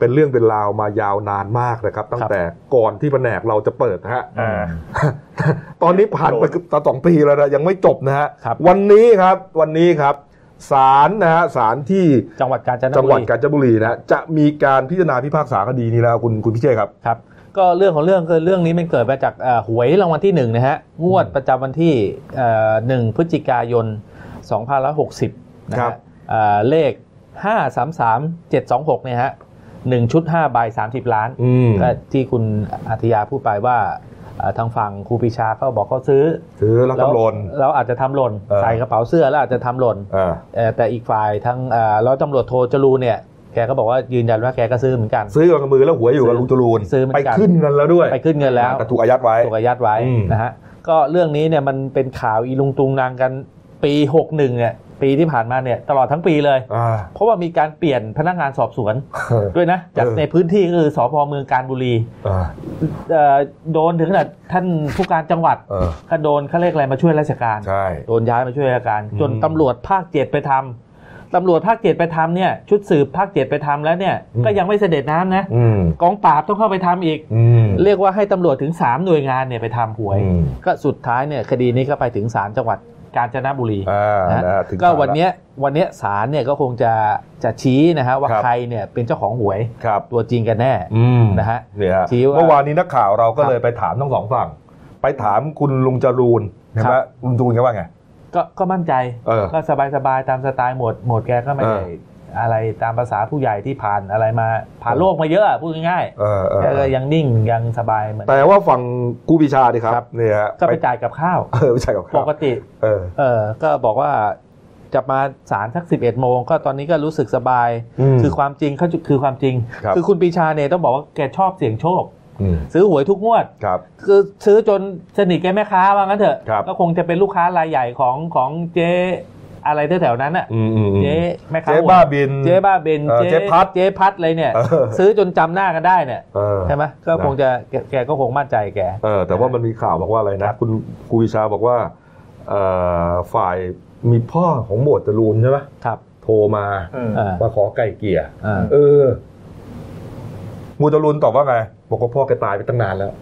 เป็นเรื่องเป็นราวมายาวนานมากนะครับตั้งแต่ก่อนที่แผนกเราจะเปิดนะฮะตอนนี้ผ่านไปเกือบสองปีแล้วนะยังไม่จบนะฮะวันนี้ครับวันนี้ครับศาลนะฮะศาลที่จังหวัดกาญจนบุรีจังหวัดกาญจนบุรีนะจะมีการพิจารณาพิพากษาคดีนี้แล้วคุณคุณพิเชษครับครับก็เรื่องของเรื่องคือเรื่องนี้มันเกิดมาจากหวยรางวัลที่หนึ่งนะฮะงวดประจำวันที่หนึ่งพฤศจิกายนสองพันห้าร้อยหกสิบนะฮะเลขห้า สาม สาม เจ็ด สอง หกเนี่ยฮะหนึ่งชุดห้าใบสามสิบล้านก็ที่คุณอาทิยาพูดไปว่าทางฝั่งครูปรีชาเขาบอกเขาซื้อซื้อแล้วทำหล่นแล้วอาจจะทำหล่นใส่กระเป๋าเสื้อแล้วอาจจะทำหล่นแต่อีกฝ่ายทั้งร้อยตำรวจโทจรูนเนี่ยแกก็บอกว่ายืนยันว่าแกก็ซื้อเหมือนกันซื้อกับมือแล้วหวยอยู่กับลุงจรูนไปขึ้นเงินแล้วด้วยไปขึ้นเงินแล้วแต่ถูกอายัดไว้ถูกอายัดไว้นะฮะก็เรื่องนี้เนี่ยมันเป็นข่าวอีลุงตุงนางกันปีหกสิบเอ็ดเนี่ยปีที่ผ่านมาเนี่ยตลอดทั้งปีเลยเพราะว่ามีการเปลี่ยนพนักงานสอบสวนด้วยนะจากในพื้นที่ก็คือสภ.เมืองกาญจนบุรีโดนถึงขนาดท่านผู้การจังหวัดก็โดนเขาเรียกอะไรมาช่วยราชการโดนย้ายมาช่วยราชการจนตำรวจภาคเจ็ดไปทำตำรวจภาคเจ็ดไปทำเนี่ยชุดสืบภาคเจ็ดไปทำแล้วเนี่ยก็ยังไม่เสด็จน้ำนะกองปราบต้องเข้าไปทำอีกเรียกว่าให้ตำรวจถึงสามหน่วยงานเนี่ยไปทำหวยก็สุดท้ายเนี่ยคดีนี้ก็ไปถึงศาลจังหวัดกาญจนบุรีนะก็วันนี้วันนี้ศาลเนี่ยก็คงจะจะชี้นะฮะว่าใครเนี่ยเป็นเจ้าของหวยตัวจริงกันแน่นะฮะเมื่อวานนี้นักข่าวเราก็เลยไปถามทั้งสองฝั่งไปถามคุณลุงจรูนใช่ไหมลุงจรูนแกว่าไงก็ก็มั่นใจก็สบายๆตามสไตล์หมดหมดแกก็ไม่ได้อะไรตามภาษาผู้ใหญ่ที่ผ่านอะไรมาผ่านโลกมาเยอะพูดง่ายๆแกก็ยังนิ่งยังสบายเหมือนแต่ว่าฝั่งครูปรีชาดิครับเนี่ยก็ไปจ่ายกับข้าวเออไปจ่ายกับข้าวปกติเออเออก็บอกว่าจะมาศาลสักสิบเอ็ดโมงก็ตอนนี้ก็รู้สึกสบายคือความจริงเขาคือความจริงคือคุณปรีชาเนี่ยต้องบอกว่าแกชอบเสี่ยงโชคซื้อหวยทุกงวดคือซื้อจนสนิทแกแม่ค้าว่างั้นเถอะก็คงจะเป็นลูกค้ารายใหญ่ของของเจ๊อะไรแถวๆนั้นอ่ะเจ๊แม่ค้าเจ๊บ้าบินเจ๊บ้าบินเจ๊พัดเจ๊พัดอะไรเนี่ยซื้อจนจำหน้ากันได้เนี่ยใช่ไหมก็คงจะแกก็คงมั่นใจแกเออแต่ว่ามันมีข่าวบอกว่าอะไรนะคุณครูวิชาบอกว่าฝ่ายมีพ่อของหมวดจรูนใช่ไหมครับโทรมามาขอไก่เกลี่ยเออหมวดจรูนตอบว่าไงบอกว่าพ่อแกตายไปตั้งนานแล้ว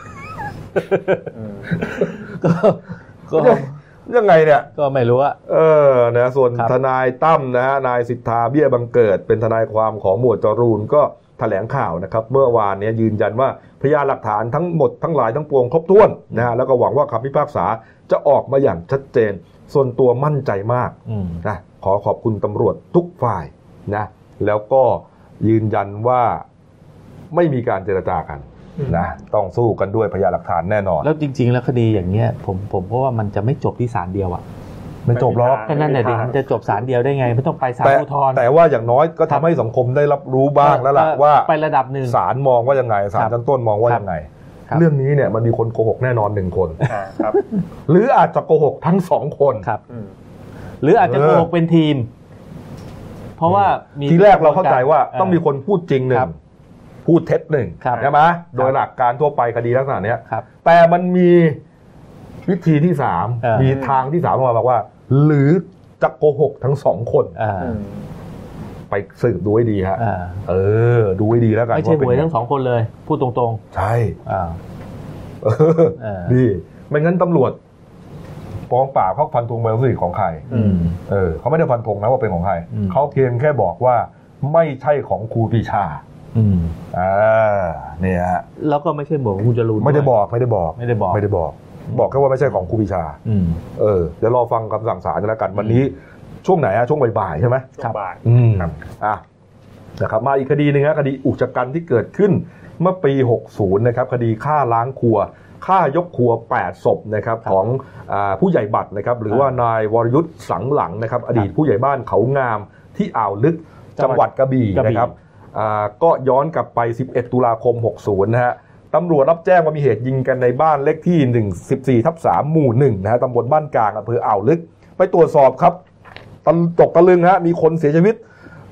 ก็ยังไงเนี่ยก็ไม่รู้อะเออนะส่วนทนายตั้มนะฮะนายสิทธาเบี้ยบังเกิดเป็นทนายความของหมวดจรูนก็แถลงข่าวนะครับเมื่อวานนี้ยืนยันว่าพยานหลักฐานทั้งหมดทั้งหลายทั้งปวงครบถ้วนนะฮะแล้วก็หวังว่าคำพิพากษาจะออกมาอย่างชัดเจนส่วนตัวมั่นใจมากนะขอขอบคุณตำรวจทุกฝ่ายนะแล้วก็ยืนยันว่าไม่มีการเจรจากันนะต้องสู้กันด้วยพยานหลักฐานแน่นอนแล้วจริงๆแล้วคดีอย่างเงี้ยผมผมเพราะว่ามันจะไม่จบที่ศาลเดียวอ่ะไม่จบหรอกแค่นั้นแหละดิมันจะจบศาลเดียวได้ไงไม่ต้องไปศาลอุทธรณ์แต่ว่าอย่างน้อยก็ทำให้สังคมได้รับรู้บ้างแล้วล่ะว่าไประดับหนึ่งศาลมองว่ายังไงศาลชั้นต้นมองว่ายังไงเรื่องนี้เนี่ยมันมีคนโกหกแน่นอนหนึ่งคนหรืออาจจะโกหกทั้งสองคนครับหรืออาจจะโกหกเป็นทีมเพราะว่าทีแรกเราเข้าใจว่าต้องมีคนพูดจริงหนึ่งพูดเท็จหนึ่งใช่ไหมโดยหลักการทั่วไปคดีลักษณะนี้แต่มันมีวิธีที่สามมีทางที่สามมาบอกว่าหรือจะโกหกทั้งสองคนไปสืบดูให้ดีฮะเออดูให้ดีแล้วกันไม่ใช่หวยทั้งสองคนเลยพูดตรงๆใช่ดีไม่งั้นตำรวจกองปราบเขาฟันธงไปว่าสิของใครเออเขาไม่ได้ฟันธงนะว่าเป็นของใครเขาเพียงแค่บอกว่าไม่ใช่ของครูปรีชาอืมอ่าเนี่ยฮะแล้วก็ไม่ใช่บอกคุณจรูนไม่ได้บอกไม่ได้บอกไม่ได้บอกไม่ได้บอกบอกแค่ว่าไม่ใช่ของครูปรีชาอืมเออเดี๋ยวรอฟังคำสั่งศาลกันแล้วกันวันนี้ช่วงไหนฮะช่วงบ่ายๆใช่ไหมช่วงบ่ายอืมอ่ะนะครับมาอีกคดีนึงฮะคดีอุกชะกันที่เกิดขึ้นเมื่อปีหกสิบนะครับคดีฆ่าล้างครัวฆ่ายกครัวแปดศพนะครับของอ่าผู้ใหญ่บัตรนะครับหรือว่านายวรยุทธ์สังหลังนะครับอดีตผู้ใหญ่บ้านเขางามที่อ่าวลึกจังหวัดกระบี่นะครับก็ย้อนกลับไปสิบเอ็ดตุลาคมหกสิบนะฮะตำรวจรับแจ้งว่ามีเหตุยิงกันในบ้านเลขที่หนึ่ง สิบสี่ทับสามหมู่หนึ่งนะฮะตำบลบ้านกลางอำเภออ่าวลึกไปตรวจสอบครับตกตะลึงฮะมีคนเสียชีวิต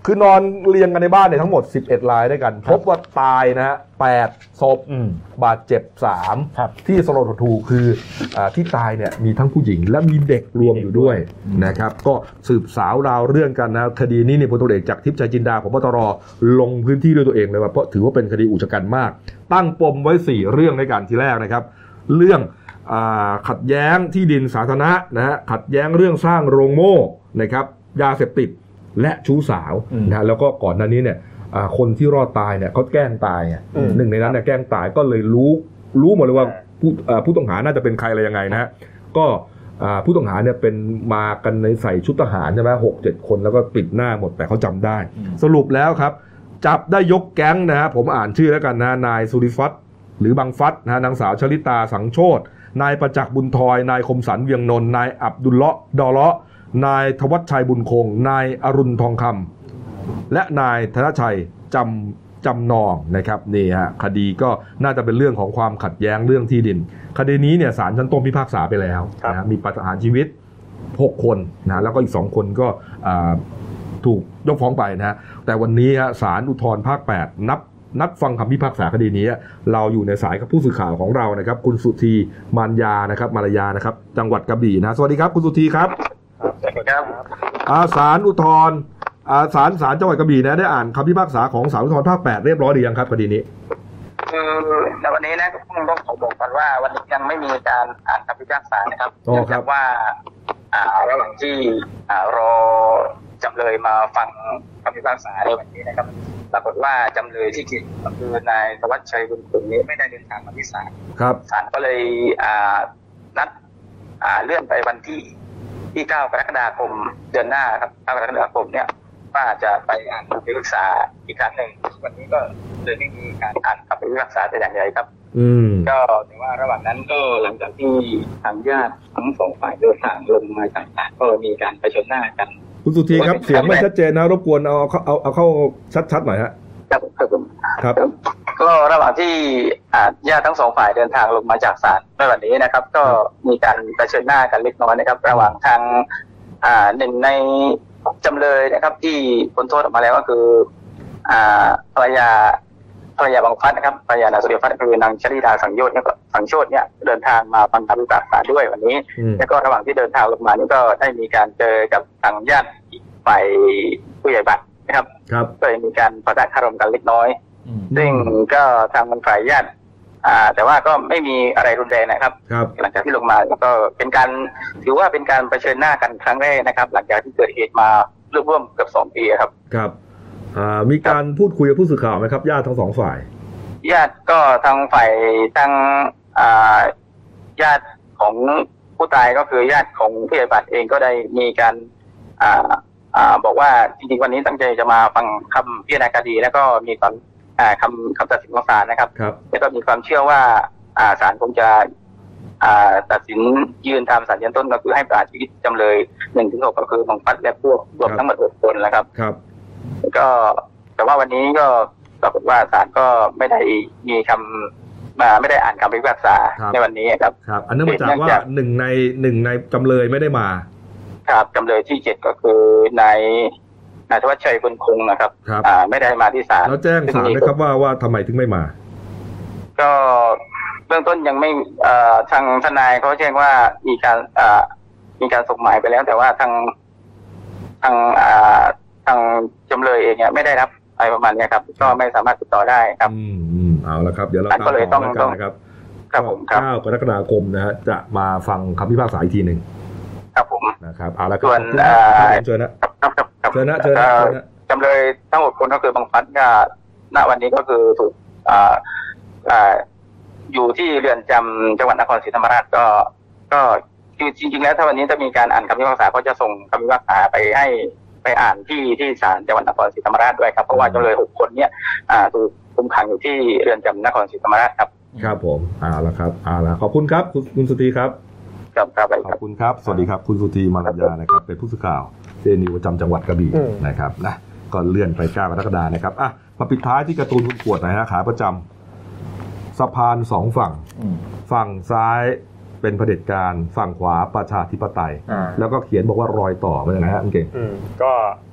คือนอนเรียงกันในบ้านเนี่ยทั้งหมดสิบเอ็ดรายด้วยกันพบว่าตายนะฮะแปดศพบาดเจ็บสามที่สลดหดหู่คืออ่าที่ตายเนี่ยมีทั้งผู้หญิงและมีเด็กรวมอยู่ด้วยนะครับก็สืบสาวราวเรื่องกันนะคดีนี้เนี่ยพลตำรวจเอกจากทิพย์ชัยจินดาผบ.ตร.ลงพื้นที่ด้วยตัวเองเลยว่าเพราะถือว่าเป็นคดีอุกชะกันมากตั้งปมไว้สี่เรื่องในการทีแรกนะครับเรื่องขัดแย้งที่ดินสาธารณะนะฮะขัดแย้งเรื่องสร้างโรงโม่นะครับยาเสพติดและชู้สาวนะแล้วก็ก่อนหน้านี้เนี่ยคนที่รอดตายเนี่ยเขาแกล้งตายหนึ่งในนั้นเนี่ยแกล้งตายก็เลยรู้รู้หมดเลยว่าผู้ผู้ต้องหาน่าจะเป็นใครอะไรยังไงนะฮะก็ผู้ต้องหาเนี่ยเป็นมากันในใส่ชุดทหารใช่ไหมหกเจ็ดคนแล้วก็ปิดหน้าหมดแต่เขาจำได้สรุปแล้วครับจับได้ยกแก๊งนะฮะผมอ่านชื่อแล้วกันนะนายสุริฟัตหรือบังฟัตนะฮะนางสาวชลิตาสังโชตินายประจักษ์บุญทอยนายคมสันเวียงนนท์นายอับดุลเลาะดอเลาะนายธวัชชัยบุญคงนายอรุณทองคำและนายธนชัยจำจำนองนะครับนี่ฮะคดีก็น่าจะเป็นเรื่องของความขัดแย้งเรื่องที่ดินคดีนี้เนี่ยศาลชั้นต้นพิพากษาไปแล้วนะมีประหารชีวิตหกคนนะแล้วก็อีกสองคนก็ถูกยกฟ้องไปนะแต่วันนี้ศาลอุทธรภาคแปดนับนัดฟังคำพิพากษาคดีนี้เราอยู่ในสายกับผู้สื่อข่าวของเรานะครับคุณสุธีมารยานะครับมารยานะครับจังหวัดกระบี่นะสวัสดีครับคุณสุธีครับสวัสดีครับศาลอุทธรศาลศาลจังหวัดกระบี่นะได้อ่านคำพิพากษาของศาลอุทธรภาคแปดเรียบร้อยหรือยังครับคดีนี้คือในวันนี้นะผมต้องขอบอกก่อนว่าวันนี้ยังไม่มีการอ่านคำพิพากษานะครับเนื่องจากว่าระหว่างที่รอจำเลยมาฟังคำพิพากษาในวันนี้นะครับปรากฏว่าจำเลยที่ก็คือนายธวัชชัยบุญคงนี้ไม่ได้เดินทางมาที่ศาลครับศาลก็เลยนัดเลื่อนไปวันที่ที่เก้ากรกฎาคมเดือนหน้าครับเก้ากรกฎาคมเนี่ยว่าจะไปอ่านคำพิพากษาอีกครั้งหนึ่งวันนี้ก็เลยไม่มีการอ่านคำพิพากษาแต่อย่างใดครับก็แต่ว่าระหว่างนั้นก็หลังจากที่ทางญาติทั้งสองฝ่ายเดินทางลงมาจากศาลก็มีการเผชิญหน้ากันคุณสุธีครับเสียงไม่ชัดเจนนะรบกวนเอาเอาเอาเข้าชัดๆหน่อยฮะครับครับครับก็ระหว่างที่ญาติทั้งสองฝ่ายเดินทางลงมาจากศาลในวันนี้นะครับก็มีการเผชิญหน้ากันเล็กน้อยนะครับระหว่างทางหนึ่งในจำเลยนะครับที่พ้นโทษออกมาแล้วก็คือภรรยาภรรยาบังฟัดนะครับภรรยานายสุริฟัตคือนางชลิดาสังโยชน์เนี่ยสังโชติเนี่ยเดินทางมาฟังคำพิพากษาด้วยวันนี้แล้วก็ระหว่างที่เดินทางลงมานี่ก็ได้มีการเจอกับทางญาติฝ่ายผู้ใหญ่บ้านนะครับก็เลยมีการปะทะคารมกันเล็กน้อยซึ่งก็ทางฝ่ายญาติแต่ว่าก็ไม่มีอะไรรุนแรงนะครับหลังจากที่ลงมาก็เป็นการถือว่าเป็นการเผชิญหน้ากันครั้งแรกนะครับหลังจากที่เกิดเหตุมาร่วมเกือบสองปีครับครับมีการพูดคุยกับผู้สื่อข่าวไหมครับญาติทั้งสองฝ่ายญาติก็ทางฝ่ายทางญาติของผู้ตายก็คือญาติของผู้ใหญ่บ้านเองก็ได้มีการบอกว่าจริงๆวันนี้ตั้งใจจะมาฟังคำพิจารณาคดีแล้วก็มีความคำคำตัดสินของศาลนะครับแล้วก็มีความเชื่อว่าศาลคงจะตัดสินยืนตามศาลชั้นต้นก็คือให้ประหารชีวิตจำเลยหนึ่งถึงหกก็คือบังฟัดและพวกรวมทั้งหมดหกคนนะครับก็แต่ว่าวันนี้ก็ปรากฏว่าศาลก็ไม่ได้มีคำมาไม่ได้อ่านคำพิพากษาในวันนี้ครับครับอันเนื่องมาจากว่าหนึ่งในหนึ่งในจำเลยไม่ได้มาครับจำเลยที่เจ็ดก็คือนายนายธวัชชัยบุญคงนะครับอ่าไม่ได้มาที่ศาลแล้วแจ้งศาลนะครับว่าว่าทำไมถึงไม่มาก็เบื้องต้นยังไม่อ่าทางทนายเขาแจ้งว่ามีการอ่ามีการส่งหมายไปแล้วแต่ว่าทางทางอ่าทางจำเลยเองเนี่ยไม่ได้รับอะไรประมาณนี้ครับก็ไม่สามารถติดต่อได้ครับอืมอืมเอาละครับเดี๋ยวเราตามต่อกันนะครับครับผมครับเก้ากรกฎาคมนะฮะจะมาฟังคำพิพากษาอีกทีหนึ่งครับผมนะครับเอาละครับส่วนเชิญนะครับเชิญนะเชิญนะจำเลยทั้งหมดคนก็คือบังฟัดก็ณวันนี้ก็คือถูกอ่าอ่าอยู่ที่เรือนจำจังหวัดนครศรีธรรมราชก็ก็คือจริงๆแล้วถ้าวันนี้จะมีการอ่านคำพิพากษาก็จะส่งคำพิพากษาไปให้ไปอ่านที่ที่ศาลจังหวัดนครศรีธรรมราชด้วยครับเพราะว่าจำเลยหกคนเนี้ยอ่าถูกคุมขังอยู่ที่เรือนจำนครศรีธรรมราชครับครับผมเอาละครับเอาละขอบคุณครับคุณสุธีครับครับครับขอบคุณครับสวัสดีครับคุณสุธีมารยานะครับเป็นผู้สื่อข่าวเจนิวประจำจังหวัดกระบี่นะครับนะก็เลื่อนไปเก้ากรกฎาคมนะครับอ่ะมาปิดท้ายที่การ์ตูนคุณขวดหน่อยฮะขาประจำสะพานสองฝั่งฝั่งซ้ายเป็นเผด็จการฝั่งขวาประชาธิปไตยแล้วก็เขียนบอกว่ารอยต่อเป็นยังไงฮะคุณเก่งก็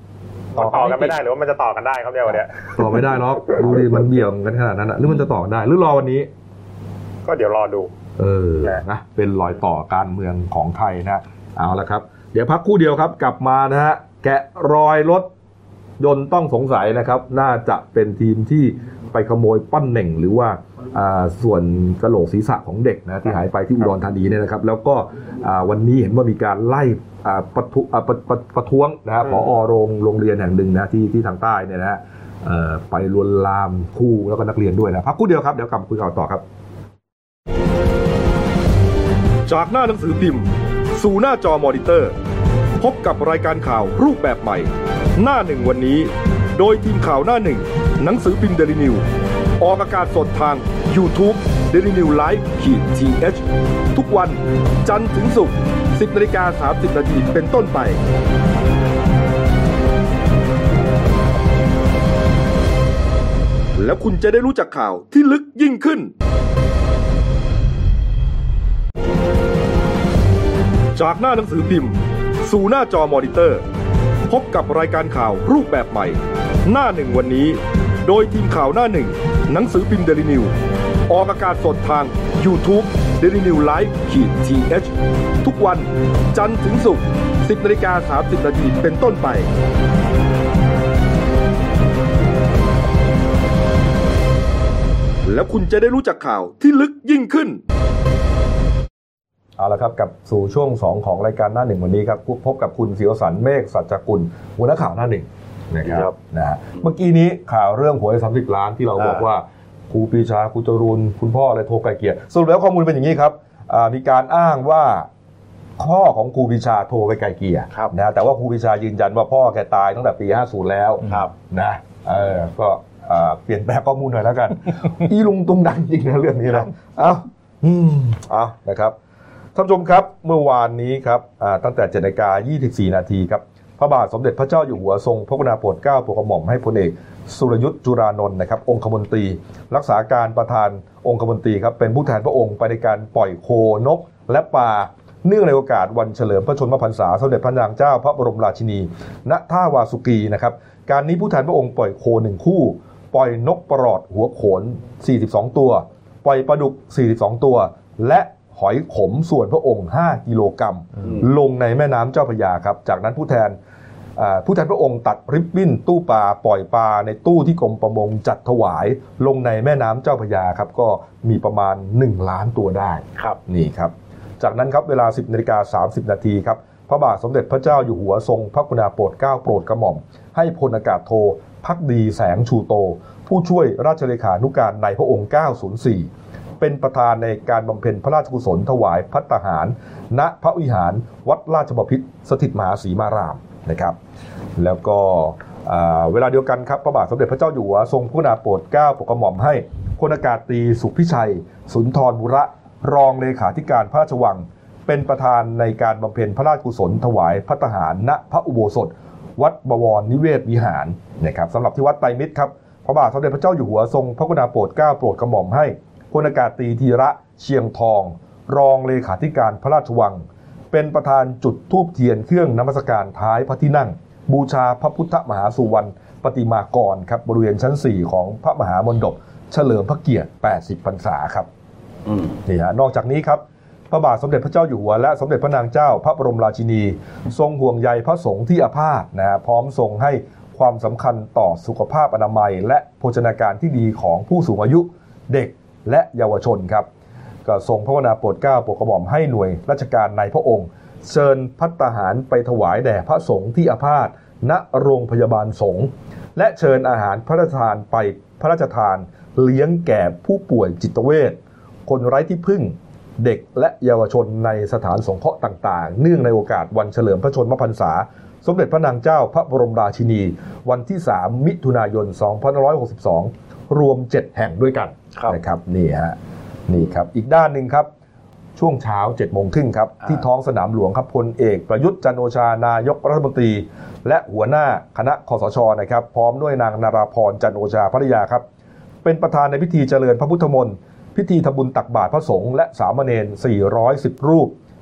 ต่อกันไม่ได้หรือว่ามันจะต่อกันได้ครับเนี่ยวันนี้ต่อไม่ได้หรอกดูดิมันเบี่ยงกันขนาดนั้นอ่ะหรือมันจะต่อได้หรือรอวันนี้ก็เดี๋ยวรอดูเออนะเป็นรอยต่อการเมืองของไทยนะเอาละครับเดี๋ยวพักครู่เดียวครับกลับมานะฮะแกะรอยรถยนต์ต้องสงสัยนะครับน่าจะเป็นทีมที่ไปขโมยปั้นเหน่งหรือว่าส่วนกระโหลกศีรษะของเด็กนะที่หายไปที่อุดรธานีเนี่ยนะครับแล้วก็วันนี้เห็นว่ามีการไล่ประท้วงประท้วงนะฮะผอโรงโรงเรียนแห่งหนึ่งนะที่ที่ทางใต้เนี่ยนะฮะไปลวนลามครูแล้วก็นักเรียนด้วยนะพักครู่เดียวครับเดี๋ยวกลับมาคุยกันต่อครับจากหน้าหนังสือพิมพ์สู่หน้าจอมอนิเตอร์พบกับรายการข่าวรูปแบบใหม่หน้าหนึ่งวันนี้โดยทีมข่าวหน้าหนึ่งหนังสือพิมพ์ Daily News ออกอากาศสดทาง YouTube Daily News Live ทีเอช ทุกวันจันทร์ถึงศุกร์ สิบนาฬิกาสามสิบนาทีเป็นต้นไปแล้วคุณจะได้รู้จักข่าวที่ลึกยิ่งขึ้นจากหน้าหนังสือพิมพ์สู่หน้าจอมอนิเตอร์พบกับรายการข่าวรูปแบบใหม่หน้าหนึ่งวันนี้โดยทีมข่าวหน้าหนึ่งหนังสือพิมพ์ Daily News ออกอากาศสดทาง YouTube Daily News Live ทีเอช ทุกวันจันทร์ถึงศุกร์ สิบนาฬิกาสามสิบนาทีเป็นต้นไปแล้วคุณจะได้รู้จักข่าวที่ลึกยิ่งขึ้นเอาละครับกับสู่ช่วงสองของรายการหน้าหนึ่งวันนี้ครับพบกับคุณศิวสันต์เมฆสัจกุลหัวหน้าข่าวหน้าหนึ่งนะครับนะฮะเมื่อกี้นี้ข่าวเรื่องหวยสามสิบล้านที่เราบอกว่าครูปรีชาครูจรูนคุณพ่ออะไรโทรไกลเกลี่ยสรุปแล้วข้อมูลเป็นอย่างนี้ครับมีการอ้างว่าพ่อของครูปรีชาโทรไปไกลเกลี่ยนะแต่ว่าครูปรีชายืนยันว่าพ่อแกตายตั้งแต่ปีห้าสิบแล้วนะเออก็เปลี่ยนแปลงข้อมูลหน่อยแล้วกันอีลุงตุงดังจริงนะเรื่องนี้นะเอ้าอืมเอานะครับท่านผู้ชมครับเมื่อวานนี้ครับตั้งแต่ เจ็ดนาฬิกายี่สิบสี่นาทีครับพระบาทสมเด็จพระเจ้าอยู่หัวทรงพระกรุณาโปรดเกล้าโปรดกระหม่อมให้พลเอกสุรยุทธจุรานนท์นะครับองคมนตรีรักษาการประธานองคมนตรีครับเป็นผู้แทนพระองค์ไปในการปล่อยโคนกและปลาเนื่องในโอกาสวันเฉลิมพระชนมพรรษาสมเด็จพระนางเจ้าพระบรมราชินีณท่าวาสุกีนะครับการนี้ผู้แทนพระองค์ปล่อยโคหนึ่งคู่ปล่อยนกปลอดหัวโขนสี่สิบสองตัวปล่อยปลาดุกสี่สิบสองตัวและหอยขมส่วนพระองค์ห้ากิโลกรัมลงในแม่น้ำเจ้าพระยาครับจากนั้นผู้แทนผู้แทนพระองค์ตัดริบบิ้นตู้ปลาปล่อยปลาในตู้ที่กรมประมงจัดถวายลงในแม่น้ำเจ้าพระยาครับก็มีประมาณหนึ่งล้านตัวได้ครับนี่ครับจากนั้นครับเวลา สิบนาฬิกาสามสิบนาทีครับพระบาทสมเด็จพระเจ้าอยู่หัวทรงพระกรุณาโปรดเกล้าโปรดกระหม่อมให้พลอากาศโทภักดีแสงชูโตผู้ช่วยราชเลขานุการในพระองค์เก้าศูนย์สี่เป็นประธานในการบำเพ็ญพระราชกุศลถวายภัตตาหารณพระวิหารวัดราชบพิตรสถิตมหาศรีมารามนะครับแล้วก็เวลาเดียวกันครับพระบาทสมเด็จพระเจ้าอยู่หัวทรงพระกรุณาโปรดเกล้าโปรดกระหม่อมให้พลอากาศตรีสุพิชัยสุนทรบุระรองเลขาธิการพระราชวังเป็นประธานในการบำเพ็ญพระราชกุศลถวายภัตตาหารณพระอุโบสถวัดบวรนิเวศวิหารนะครับสำหรับที่วัดไตรมิตรครับพระบาทสมเด็จพระเจ้าอยู่หัวทรงพระกรุณาโปรดเกล้าโปรดกระหม่อมให้พลอากาศตรีธีระเชียงทองรองเลขาธิการพระราชวังเป็นประธานจุดธูปเทียนเครื่องนมัสการท้ายพระที่นั่งบูชาพระพุทธมหาสุวรรณปฏิมากรครับบริเวณชั้นสี่ของพระมหามณฑปเฉลิมพระเกียรติแปดสิบพรรษาครับนี่ฮะนอกจากนี้ครับพระบาทสมเด็จพระเจ้าอยู่หัวและสมเด็จพระนางเจ้าพระบรมราชินีทรงห่วงใยพระสงฆ์ที่อาพาธนะฮะพร้อมทรงให้ความสำคัญต่อสุขภาพอนามัยและโภชนาการที่ดีของผู้สูงอายุเด็กและเยาวชนครับก็ทรงพระกรุณาโปรดเกล้าโปรดกระหม่อมให้หน่วยราชการในพระองค์เชิญภัตตาหารไปถวายแด่พระสงฆ์ที่อาพาธณโรงพยาบาลสงฆ์และเชิญอาหารพระราชทานไปพระราชทานเลี้ยงแก่ผู้ป่วยจิตเวชคนไร้ที่พึ่งเด็กและเยาวชนในสถานสงเคราะห์ต่างๆเนื่องในโอกาสวันเฉลิมพระชนมพรรษาสมเด็จพระนางเจ้าพระบรมราชินีวันที่สามมิถุนายนสองพันห้าร้อยหกสิบสองรวมเจ็ดแห่งด้วยกันนะครับนี่ฮะนี่ครับอีกด้านหนึ่งครับช่วงเช้า เจ็ดโมงครึ่งครับที่ท้องสนามหลวงครับพลเอกประยุทธ์จันทร์โอชานายกรัฐมนตรีและหัวหน้าคณะคสช.นะครับพร้อมด้วยนางนาราพรจันทร์โอชาภริยาครับเป็นประธานในพิธีเจริญพระพุทธมนต์พิธีทำบุญตักบาตรพระสงฆ์และสามเณรสี่ร้อยสิบรูป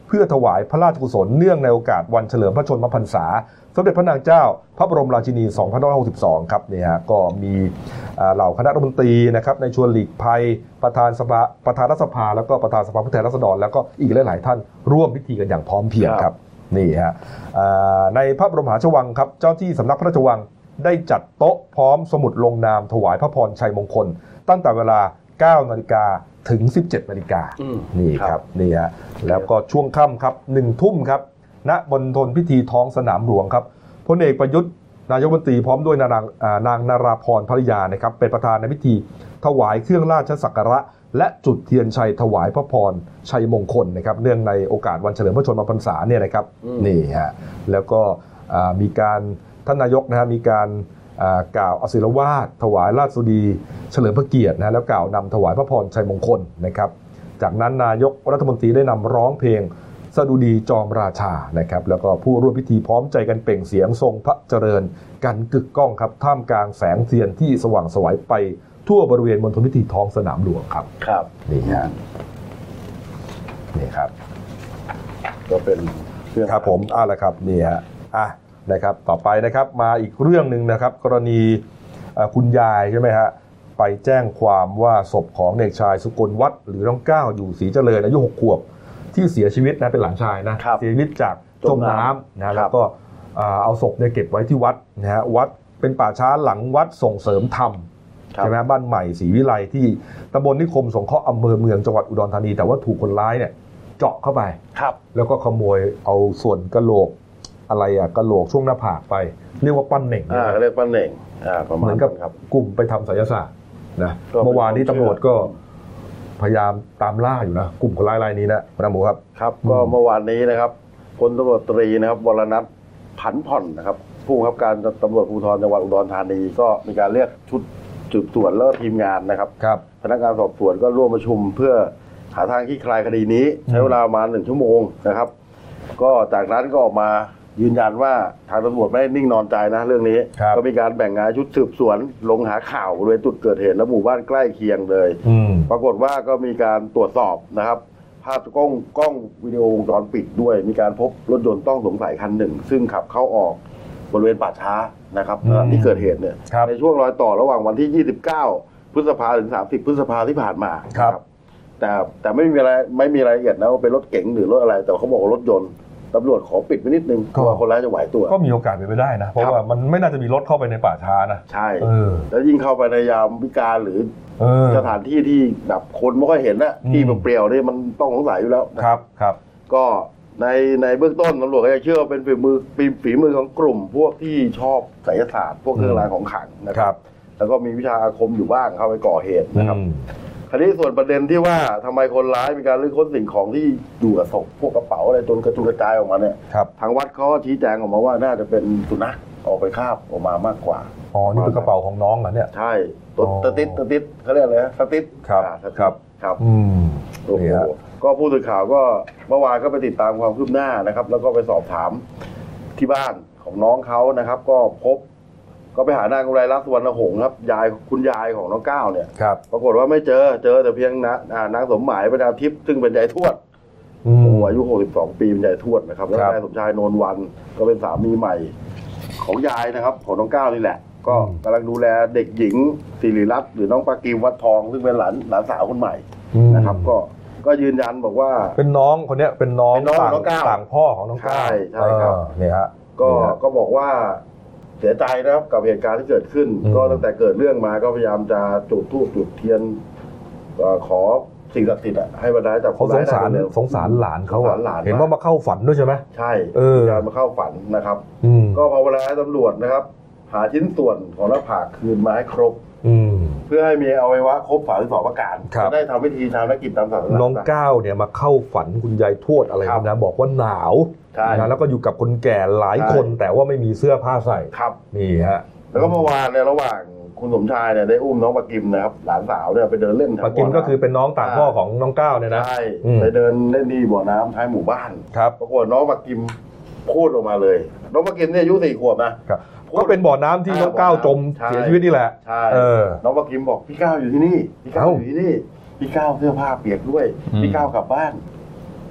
เพื่อถวายพระราชกุศลเนื่องในโอกาสวันเฉลิมพระชนมพรรษาสมเด็จพระนางเจ้าพระบรมราชินีสองพันห้าร้อยหกสิบสองครับเนี่ยฮะก็มีเหล่าคณะรัฐมนตรีนะครับในชวนหลีกภัยประธานสภาประธานรัฐสภาแล้วก็ประธานสภาผู้แทนราษฎรแล้วก็อีกหลายๆท่านร่วมพิธีกันอย่างพร้อมเพรียงครับนี่ฮะในพระบรมมหาราชวังครับเจ้าที่สำนักพระราชวังได้จัดโต๊ะพร้อมสมุดลงนามถวายพระพรชัยมงคลตั้งแต่เวลา เก้านาฬิกา ถึง สิบเจ็ดนาฬิกานี่ครับนี่ฮะแล้วก็ช่วงค่ำครับหนึ่งทุ่มครับณมณฑลพิธีท้องสนามหลวงครับพลเอกประยุทธ์นายกรัฐมนตรีพร้อมด้วยนางนางนาราพรภริยานะครับเป็นประธานในพิธีถวายเครื่องราชสักการะและจุดเทียนชัยถวายพระพรชัยมงคลนะครับเนื่องในโอกาสวันเฉลิมพระชนมพรรษาเนี่ยนะครับนี่ฮะแล้วก็มีการท่านนายกนะฮะมีการกล่าวอศิรวาทถวายราชสุดีเฉลิมพระเกียรตินะแล้วกล่าวนำถวายพระพรชัยมงคลนะครับจากนั้นนายกรัฐมนตรีได้นำร้องเพลงสดุดีจอมราชานะครับแล้วก็ผู้ร่วมพิธีพร้อมใจกันเปล่งเสียงทรงพระเจริญกันกึกก้องครับท่ามกลางแสงเทียนที่สว่างไสวไปทั่วบริเวณมณฑลพิธีท้องสนามหลวงครับครับนี่ฮะนี่ครับก็เป็นเรื่องครับผมอ่ะละครับนี่ฮะอ่ะนะครับต่อไปนะครับมาอีกเรื่องนึงนะครับกรณีคุณยายใช่ไหมฮะไปแจ้งความว่าศพของเด็กชายสุกลวัฒน์หรือน้องก้าวอยู่ศรีเจริญอายุหกขวบที่เสียชีวิตนะเป็นหลานชายนะเสียชีวิตจากจมน้ำนะแล้วก็เอาศพเนี่ยเก็บไว้ที่วัดนะฮะวัดเป็นป่าช้าหลังวัดส่งเสริมธรรมใช่ไหมบ้านใหม่ศรีวิไลที่ตำบลนิคมสงเคราะห์อำเภอเมืองจังหวัดอุดรธานีแต่ว่าถูกคนร้ายเนี่ยเจาะเข้าไปแล้วก็ขโมยเอาส่วนกะโหลกอะไรอะกะโหลกช่วงหน้าผากไปเรียกว่าปั้นเหน่งอ่าเรียกปั้นเหน่งอ่าประมาณเหมือนกับกลุ่มไปทำไสยศาสตร์นะเมื่อวานนี้ตำรวจก็พยายามตามล่าอยู่นะกลุ่มคนร้ายรายนี้นะพระหมูครับครับก็เมื่อวานนี้นะครับพลตำรวจตรีนะครับวรณัฐผันผ่อนนะครับผู้บังคับการตำรวจภูธรจังหวัดอุดรธานีก็มีการเรียกชุดสืบสวนแล้วทีมงานนะครับพนักงานสอบสวนก็ร่วมประชุมเพื่อหาทางคลี่คลายคดีนี้ใช้เวลาประมาณหนึ่งชั่วโมงนะครับก็จากนั้นก็ออกมายืนยันว่าทางตำรวจไม่ได้นิ่งนอนใจนะเรื่องนี้ก็มีการแบ่งงานชุดสืบสวนลงหาข่าวบริเวณจุดเกิดเหตุและหมู่บ้านใกล้เคียงเลยปรากฏว่าก็มีการตรวจสอบนะครับภาพกล้องกล้องวิดีโอวงจรปิดด้วยมีการพบรถยนต์ต้องสงสัยคันหนึ่งซึ่งขับเข้าออกบริเวณป่าช้านะครับที่เกิดเหตุเนี่ยในช่วงรอยต่อระหว่างวันที่ยี่สิบเก้าพฤษภาคมถึงสามสิบพฤษภาคมที่ผ่านมาครับแต่แต่ไม่มีอะไรไม่มีรายละเอียดนะว่าเป็นรถเก๋งหรือรถอะไรแต่เขาบอกว่ารถยนต์ตำรวจขอปิดไว้นิดนึงกลัวคนร้ายจะไหวตัวก็มีโอกาสเป็นไปได้นะเพราะว่ามันไม่น่าจะมีรถเข้าไปในป่าช้านะใช่แล้วยิ่งเข้าไปในยามวิกาลหรือสถานที่ที่แบบคนไม่ค่อยเห็นนะที่เปลี่ยวๆนี่มันต้องสงสัยอยู่แล้วครับครับก็ในในเบื้องต้นตำรวจก็จะเชื่อว่าเป็นฝีมือฝีมือของกลุ่มพวกที่ชอบไสยศาสตร์พวกเครื่องรางของขลังนะครับแล้วก็มีวิชาอาคมอยู่บ้างเข้าไปก่อเหตุนะครับคราวนี้ส่วนประเด็นที่ว่าทำไมคนร้ายมีการลื้อค้นสิ่งของที่อยู่กับศพพวกกระเป๋าอะไรจนกระจุยกระจายออกมาเนี่ยทางวัดเขาชี้แจงออกมาว่าน่าจะเป็นสุนัขออกไปคาบออกมามากกว่าอ๋อนี่เป็นกระเป๋าของน้องเหรอเนี่ยใช่ตัวตะติดตะติดเขาเรียกอะไรสติดครับครับครับอืมโอ้โหก็ผู้สื่อข่าวก็เมื่อวานก็ไปติดตามความคืบหน้านะครับแล้วก็ไปสอบถามที่บ้านของน้องเขานะครับก็พบก็ไปหานางกุไรรัตน์สุวรรณหงส์ครับยายคุณยายของน้องก้าวเนี่ยปรากฏว่าไม่เจอเจอแต่เพียงนะนางสมหมายประดาทิพย์ซึ่งเป็นยายทวดอายุหกสิบสองปีเป็นยายทวดนะครับแล้วนายสมชายโนนวันก็เป็นสามีใหม่ของยายนะครับของน้องก้าวนี่แหละก็กำลังดูแลเด็กหญิงศิริรัตน์หรือน้องปากีมวัดทองซึ่งเป็นหลานหลานสาวคนใหม่นะครับก็ก็ยืนยันบอกว่าเป็นน้องคนนี้เป็นน้องต่างพ่อของน้องก้าวใช่ใช่ครับเนี่ยฮะก็ก็บอกว่าเสียใจนะครับกับเหตุการณ์ที่เกิดขึ้นก็ตั้งแต่เกิดเรื่องมาก็พยายามจะจุดธูปจุดเทียนขอสิ่งศักดิ์สิทธิ์ให้บรรดาจับเขาสงสารสงสารหลานเขาเห็นว่ามาเข้าฝันด้วยใช่ไหมใช่การมาเข้าฝันนะครับก็ภาวนาให้ตำรวจนะครับหาชิ้นส่วนของหน้าผากคืนมาให้ครบเพื่อให้มีอวัยวะครบสามสิบสองประการจะได้ทำพิธีชาปนกิจตามศาสนาน้องก้าวเนี่ยมาเข้าฝันคุณยายทวดอะไรนะบอกว่าหนาวนะแล้วก็อยู่กับคนแก่หลายคนแต่ว่าไม่มีเสื้อผ้าใส่ครับนี่ฮะแล้วก็เมื่อวานในระหว่างคุณสมชายเนี่ยได้อุ้มน้องปากิมนะครับหลานสาวเนี่ยไปเดินเล่นปากิมก็คือเป็นน้องต่างพ่อของน้องก้าวเนี่ยนะใช่ไปเดินเล่นที่บ่อน้ำท้ายหมู่บ้านครับปรากฏน้องปากิมพูดออกมาเลยน้องปากิมเนี่ยอายุสี่ขวบนะก็เป็นบ่อน้ำที่น้องก้าวจมเสียชีวิตนี่แหละใช่น้องปากิมบอกพี่ก้าวอยู่ที่นี่พี่ก้าวอยู่ที่นี่พี่ก้าวเสื้อผ้าเปียกด้วยพี่ก้าวกลับบ้าน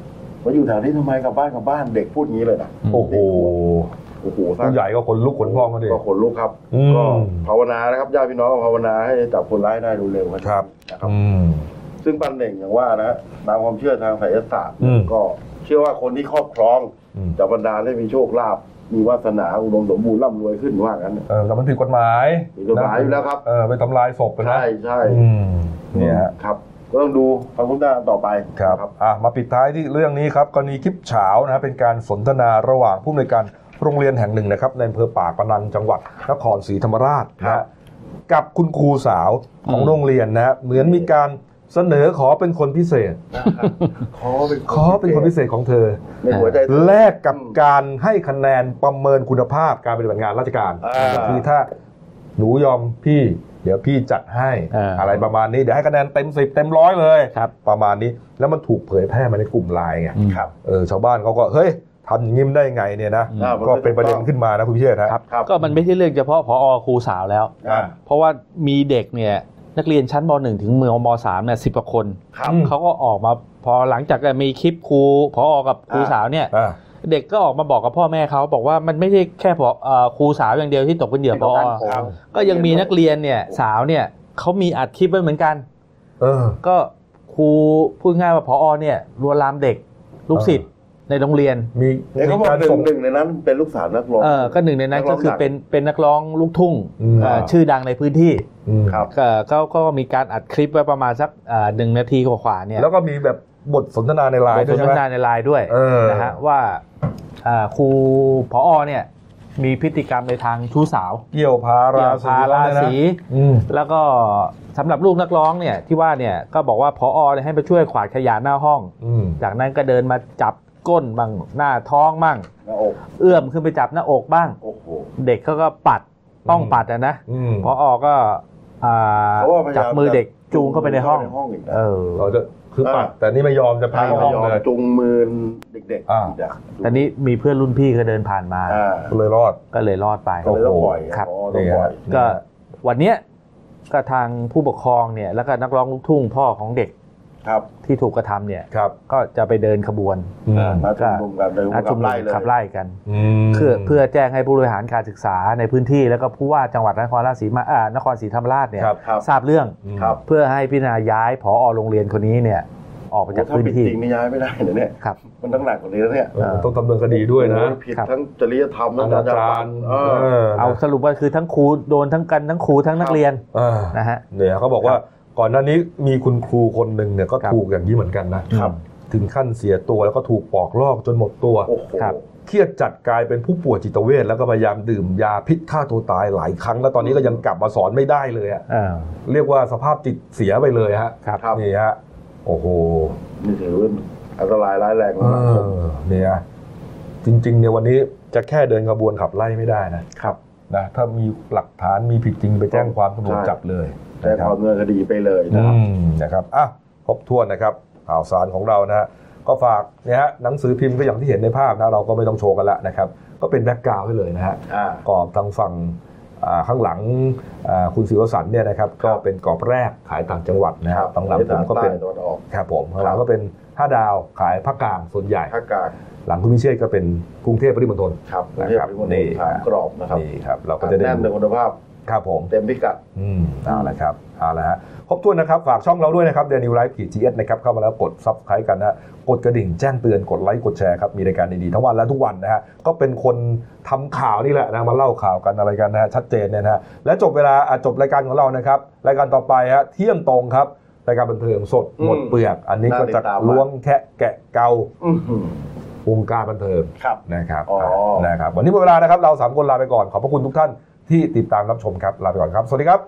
มาอยู่แถวนี้ทำไมกลับบ้านกลับบ้านเด็กพูดงี้เลยนะโอ้โหโอ้โหผู้ใหญ่ก็ขนลุกขนพองกันดิก็ขนลุกครับก็ภาวนานะครับญาติพี่น้องก็ภาวนาให้จับคนร้ายได้เร็วๆครับนะครับซึ่งปันเน่งอย่างว่านะตามความเชื่อทางไสยศาสตร์ก็เชื่อว่าคนที่ครอบครองจะบรรดาให้มีโชคลาภมีวาสนาอุดมสมบูรณ์ร่ำรวยขึ้นว่างั้นเออแต่มันผิดกฎหมายผิดกฎหมายอยู่แล้วครับเออไปทำลายศพนะใช่ใช่เนี่ยครับก็ต้องดูความคืบหน้าต่อไปครับอ่ะมาปิดท้ายที่เรื่องนี้ครับกรณีคลิปเฉานะเป็นการสนทนาระหว่างผู้อำนวยการโรงเรียนแห่งหนึ่งนะครับในอำเภอปากพนังจังหวัดนครศรีธรรมราชนะกับคุณครูสาวของโรงเรียนนะเหมือนมีการเสนอขอเป็นคนพิเศษขอเป็นขอเป็นคนพิเศษของเธอแลกกับการให้คะแนนประเมินคุณภาพการปฏิบัติงานราชการคือถ้าหนูยอมพี่เดี๋ยวพี่จัดให้อะไรประมาณนี้เดี๋ยวให้คะแนนเต็มสิบเต็มร้อยเลยประมาณนี้แล้วมันถูกเผยแพร่มาในกลุ่มไลน์ไงเออชาวบ้านเขาก็เฮ้ยทำอย่างนี้ได้ไงเนี่ยนะก็เป็นประเด็นขึ้นมานะคุณพิเชษครับก็มันไม่ใช่เรื่องเฉพาะผอ.ครูสาวแล้วเพราะว่ามีเด็กเนี่ยนักเรียนชั้นม.หนึ่ง ถึงม.สาม เนี่ยสิบกว่าคนเขาก็ออกมาพอหลังจากมีคลิปครูผอ.กับครูสาวเนี่ยเด็กก็ออกมาบอกกับพ่อแม่เขาบอกว่ามันไม่ใช่แค่ผอ.ครูสาวอย่างเดียวที่ตกเป็นเหยื่อผอ.ก็ยังมีนักเรียนเนี่ยสาวเนี่ยเขามีอัดคลิปไว้เหมือนกันเออก็ครูพูดง่ายว่าผอ.เนี่ยลวนลามเด็กลูกศิษย์ในโรงเรียนมีเขาบอกหนึ่งในนั้นเป็นลูกสาวนักร้องเออก็หนึ่งในนั้นก็คือเป็นเป็นนักร้องลูกทุ่งชื่อดังในพื้นที่ครับก็ก็มีการอัดคลิปไว้ประมาณสักหนึ่งนาทีกว่าๆเนี่ยแล้วก็มีแบบบทสนทนาในไลน์ด้วยบทสนทนาในไลน์ด้วยนะฮะว่าครูผอ.เนี่ยมีพฤติกรรมในทางชู้สาวเกี่ยวพาราศีแล้วก็สำหรับลูกนักร้องเนี่ยที่ว่าเนี่ยก็บอกว่าผอ.ให้ไปช่วยขวาดขยะหน้าห้องจากนั้นก็เดินมาจับก้นบ้างหน้าท้องบ้างเอื้อมขึ้นไปจับหน้าอกบ้างเด็กเขาก็ปัดต้องปัดอ่ะนะผอ.ก็จับมือเด็กจูงเข้าไปในห้องเออเราจะคือปัดแต่นี่ไม่ยอมจะพาเข้าห้องเลยจูงมือเด็กๆแต่นี้มีเพื่อนรุ่นพี่ก็เดินผ่านมาก็เลยรอดก็เลยรอดไปก็เลยต้องปล่อยครับก็วันเนี้ยก็ทางผู้ปกครองเนี่ยแล้วก็นักร้องลูกทุ่งพ่อของเด็กที่ถูกกระทำเนี่ยก็จะไปเดินขบวนนัดชุมนุมกันนัดชุมนุมขับไล่กันเพื่อเพื่อแจ้งให้ผู้บริหารการศึกษาในพื้นที่แล้วก็ผู้ว่าจังหวัดนครราชสีมาอ่านครศรีธรรมราชเนี่ยทราบเรื่องเพื่อให้พิจารณาย้ายผอ.โรงเรียนคนนี้เนี่ยออกไปจากพื้นที่จริงนี่ย้ายไม่ได้เหรอเนี่ยมันต้องหนักกว่านี้แล้วเนี่ยต้องดำเนินคดีด้วยนะผิดทั้งจริยธรรมทั้งอาจารย์เอาสรุปว่าคือทั้งครูโดนทั้งกันทั้งครูทั้งนักเรียนนะฮะเนี่ยเขาบอกว่าก่อนหน้านี้มีคุณครูคนหนึ่งเนี่ยก็ถูกอย่างนี้เหมือนกันนะครับถึงขั้นเสียตัวแล้วก็ถูกปอกลอกจนหมดตัวเครียดจัดกลายเป็นผู้ป่วยจิตเวชแล้วก็พยายามดื่มยาพิษฆ่าตัวตายหลายครั้งแล้วตอนนี้ก็ยังกลับมาสอนไม่ได้เลยอ่ะเรียกว่าสภาพจิตเสียไปเลยฮะนี่ฮะโอ้โหนี่ถือว่าอันตรายร้ายแรงมากเนี่ยจริงๆเนี่ยวันนี้จะแค่เดินขบวนขับไล่ไม่ได้นะครับนะถ้ามีหลักฐานมีผิดจริงไปแจ้งความตำรวจจับเลยแจ้งความดำเนินคดีไปเลยนะครับนะครับอ่ะครบถ้วนนะครับข่าวสารของเรานะฮะก็ฝากเนี่ยฮะหนังสือพิมพ์ก็อย่างที่เห็นในภาพนะเราก็ไม่ต้องโชว์กันละนะครับก็เป็นแบ็คกราวด์ให้เลยนะฮะกรอบทางฝั่งข้างหลังคุณศิวสันต์เนี่ยนะครับก็เป็นกรอบแรกขายต่างจังหวัดนะครับตรงหลังผมก็เป็นครับผมข้างหลังก็เป็นห้าดาวขายภาคกลางส่วนใหญ่ภาคกลางหลังคุณพิเชษก็เป็นกรุงเทพปริมณฑลครับนะครับนี่กรอบนะครับนี่ครับเราก็จะได้แน่นในคุณภาพครับผมเต็มพิกัดอืมเอาละครับเอาละฮะครบถ้วนนะครับฝากช่องเราด้วยนะครับ Daily Life จี เอส นะครับเข้ามาแล้วกด Subscribe กันนะกดกระดิ่งแจ้งเตือนกดไลค์กดแชร์ครับมีรายการดีๆทั้งวันและทุกวันนะฮะก็เป็นคนทำข่าวนี่แหละนะมาเล่าข่าวกันอะไรกันนะฮะชัดเจนเนี่ยนะฮะและจบเวลาจบรายการของเรานะครับรายการต่อไปฮะเที่ยงตรงครับรายการบันเทิงสดหมดเปลือกอันนี้ก็จะล้วงแคะแกะเกาวงการบันเทิงนะครับนะครับวันนี้หมดเวลานะครับเราสามคนลาไปก่อนขอบพระคุณทุกท่านที่ติดตามรับชมครับลาไปก่อนครับสวัสดีครับ